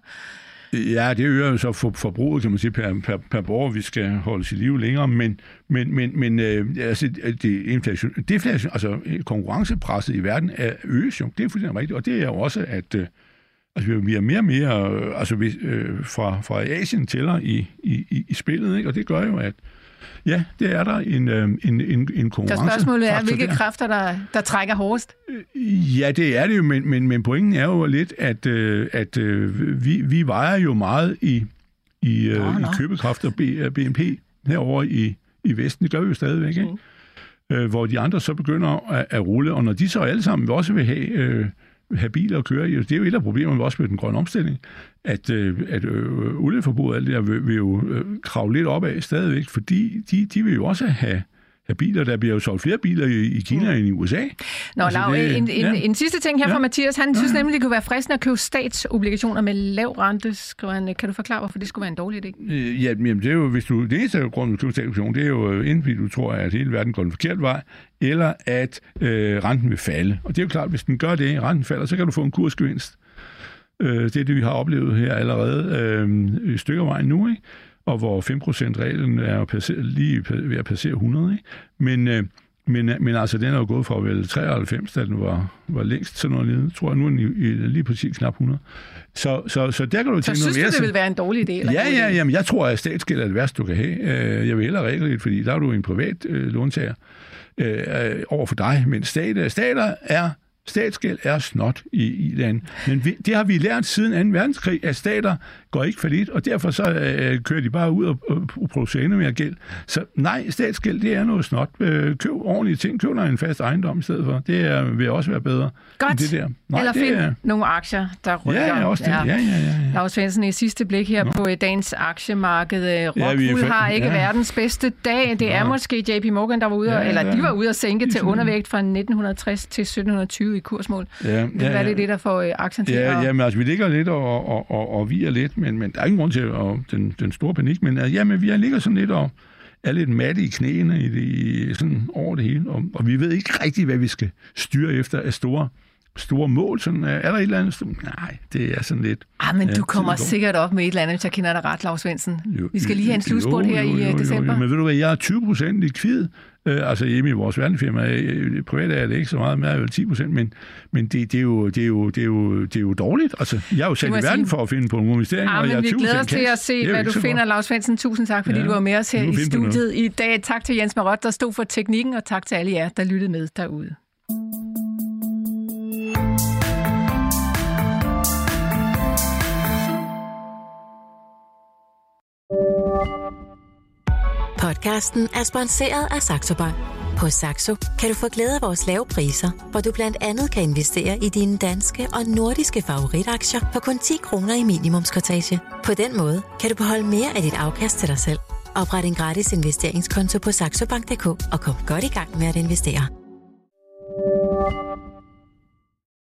Ja, det øger jo så for, forbruget, kan man sige, per, per, per borger, vi skal holde sit liv længere, men, men, men, men øh, altså, det inflation, deflation, altså konkurrencepresset i verden er øges jo, det er fuldstændig rigtigt, og det er jo også, at øh, altså, vi er mere og mere øh, altså, vi, øh, fra, fra Asien tæller i, i, i spillet, ikke? Og det gør jo, at ja, det er der en, en, en, en konkurrence. Så spørgsmålet er, hvilke der. kræfter, der, der trækker hårdest? Ja, det er det jo, men, men, men pointen er jo lidt, at, at vi, vi vejer jo meget i, i, nå, i købekraft og B N P herovre i, i Vesten. Det gør vi jo stadigvæk, ikke? Mm. Hvor de andre så begynder at, at rulle, og når de så alle sammen også vil have... Øh, have biler at køre i. Det er jo et af problemerne også med den grønne omstilling, at, at øh, olieforbruget og alt det der vil, vil jo øh, kravle lidt opad stadigvæk, fordi de, de vil jo også have, have biler. Der bliver jo solgt flere biler i, i Kina mm. end i U S A. Nå, altså, Lav, det, en, en, ja. en sidste ting her fra ja. Mathias. Han synes ja. nemlig, det kunne være fristende at købe statsobligationer med lav rente, skriver han. Kan du forklare, hvorfor det skulle være en dårlig idé? Ja, jamen, det er jo, hvis du, det eneste grund til at købe statsobligationer, det er jo enten fordi du tror, at hele verden går den forkerte vej, eller at øh, renten vil falde. Og det er jo klart, hvis den gør det, renten falder, så kan du få en kursgevinst. Øh, det er det, vi har oplevet her allerede øh, i stykker vejen nu, ikke? Og hvor fem procent-reglen er passeret, lige ved at passere hundrede. Ikke? Men, øh, men, men altså, den er jo gået fra vel treoghalvfems, da den var, var længst sådan noget lignende. Tror jeg, nu er den i, i, lige præcis knap hundrede. Så, så, så der kan du tænke noget mere. Så synes du, det vil være en dårlig idé? Eller ja, ja, jamen, jeg tror, at statsgæld er det værste, du kan have. Jeg vil hellere realkredit, fordi der er du en privat øh, låntager øh, over for dig. Men stater, stater er... Statsgæld er snot i, i landet. Men vi, det har vi lært siden anden verdenskrig, at stater går ikke fallit, og derfor så øh, kører de bare ud og, og, og producerer endnu mere gæld. Så nej, statsgæld, det er noget snot. Øh, køb ordentlige ting. Køb dig en fast ejendom i stedet for. Det er, vil også være bedre. Godt. Det der. Nej, Eller find er... nogle aktier, der rykker. Ja, ja, også det. Ja, ja, ja, ja. Lav Svendsen, i sidste blik her Nå. på dagens aktiemarked. Rockwool ja, har ikke ja. verdens bedste dag. Det er ja. måske J P Morgan, der var ude, ja, ja, ja. eller de var ude at sænke til undervægt fra nitten tres til sytten tyve tyve i kursmål. Ja, ja, Hvad er det, det der får øh, aktien til? Ja, at... jamen, altså, vi ligger lidt og, og, og, og vi er lidt, men, men der er ingen grund til at, den, den store panik, men altså, jamen, vi ligger sådan lidt og er lidt matte i knæene i det, sådan over det hele, og, og vi ved ikke rigtig, hvad vi skal styre efter af store store mål. Sådan, er der et eller andet? Nej, det er sådan lidt... Ah, men ja, du kommer sikkert op med et eller andet, hvis jeg kender dig ret, Lars Svendsen. Jo, vi skal lige have en slutspurt her jo, jo, jo, i december. Jo, jo, men ved du hvad, jeg er tyve procent likvid. Øh, altså hjemme i vores verdensfirma, privat er det ikke så meget, men jeg er jo ti procent, men, men det, det, er jo, det, er jo, det, er jo, det er jo dårligt. Altså, jeg er jo sat i verden sige... for at finde på nogle investeringer, ah, og jeg er vi glæder os til at se, hvad du finder, Lars Svendsen. Tusind tak, fordi ja, du var med os her i studiet i dag. Tak til Jens Marot, der stod for teknikken, og tak til alle jer, der lyttede med derude. Podcasten er sponsoreret af Saxo Bank. På Saxo kan du få glæde af vores lave priser, hvor du blandt andet kan investere i dine danske og nordiske favoritaktier for kun ti kroner i minimumskortage. På den måde kan du beholde mere af dit afkast til dig selv. Opret en gratis investeringskonto på saxobank punktum d k og kom godt i gang med at investere.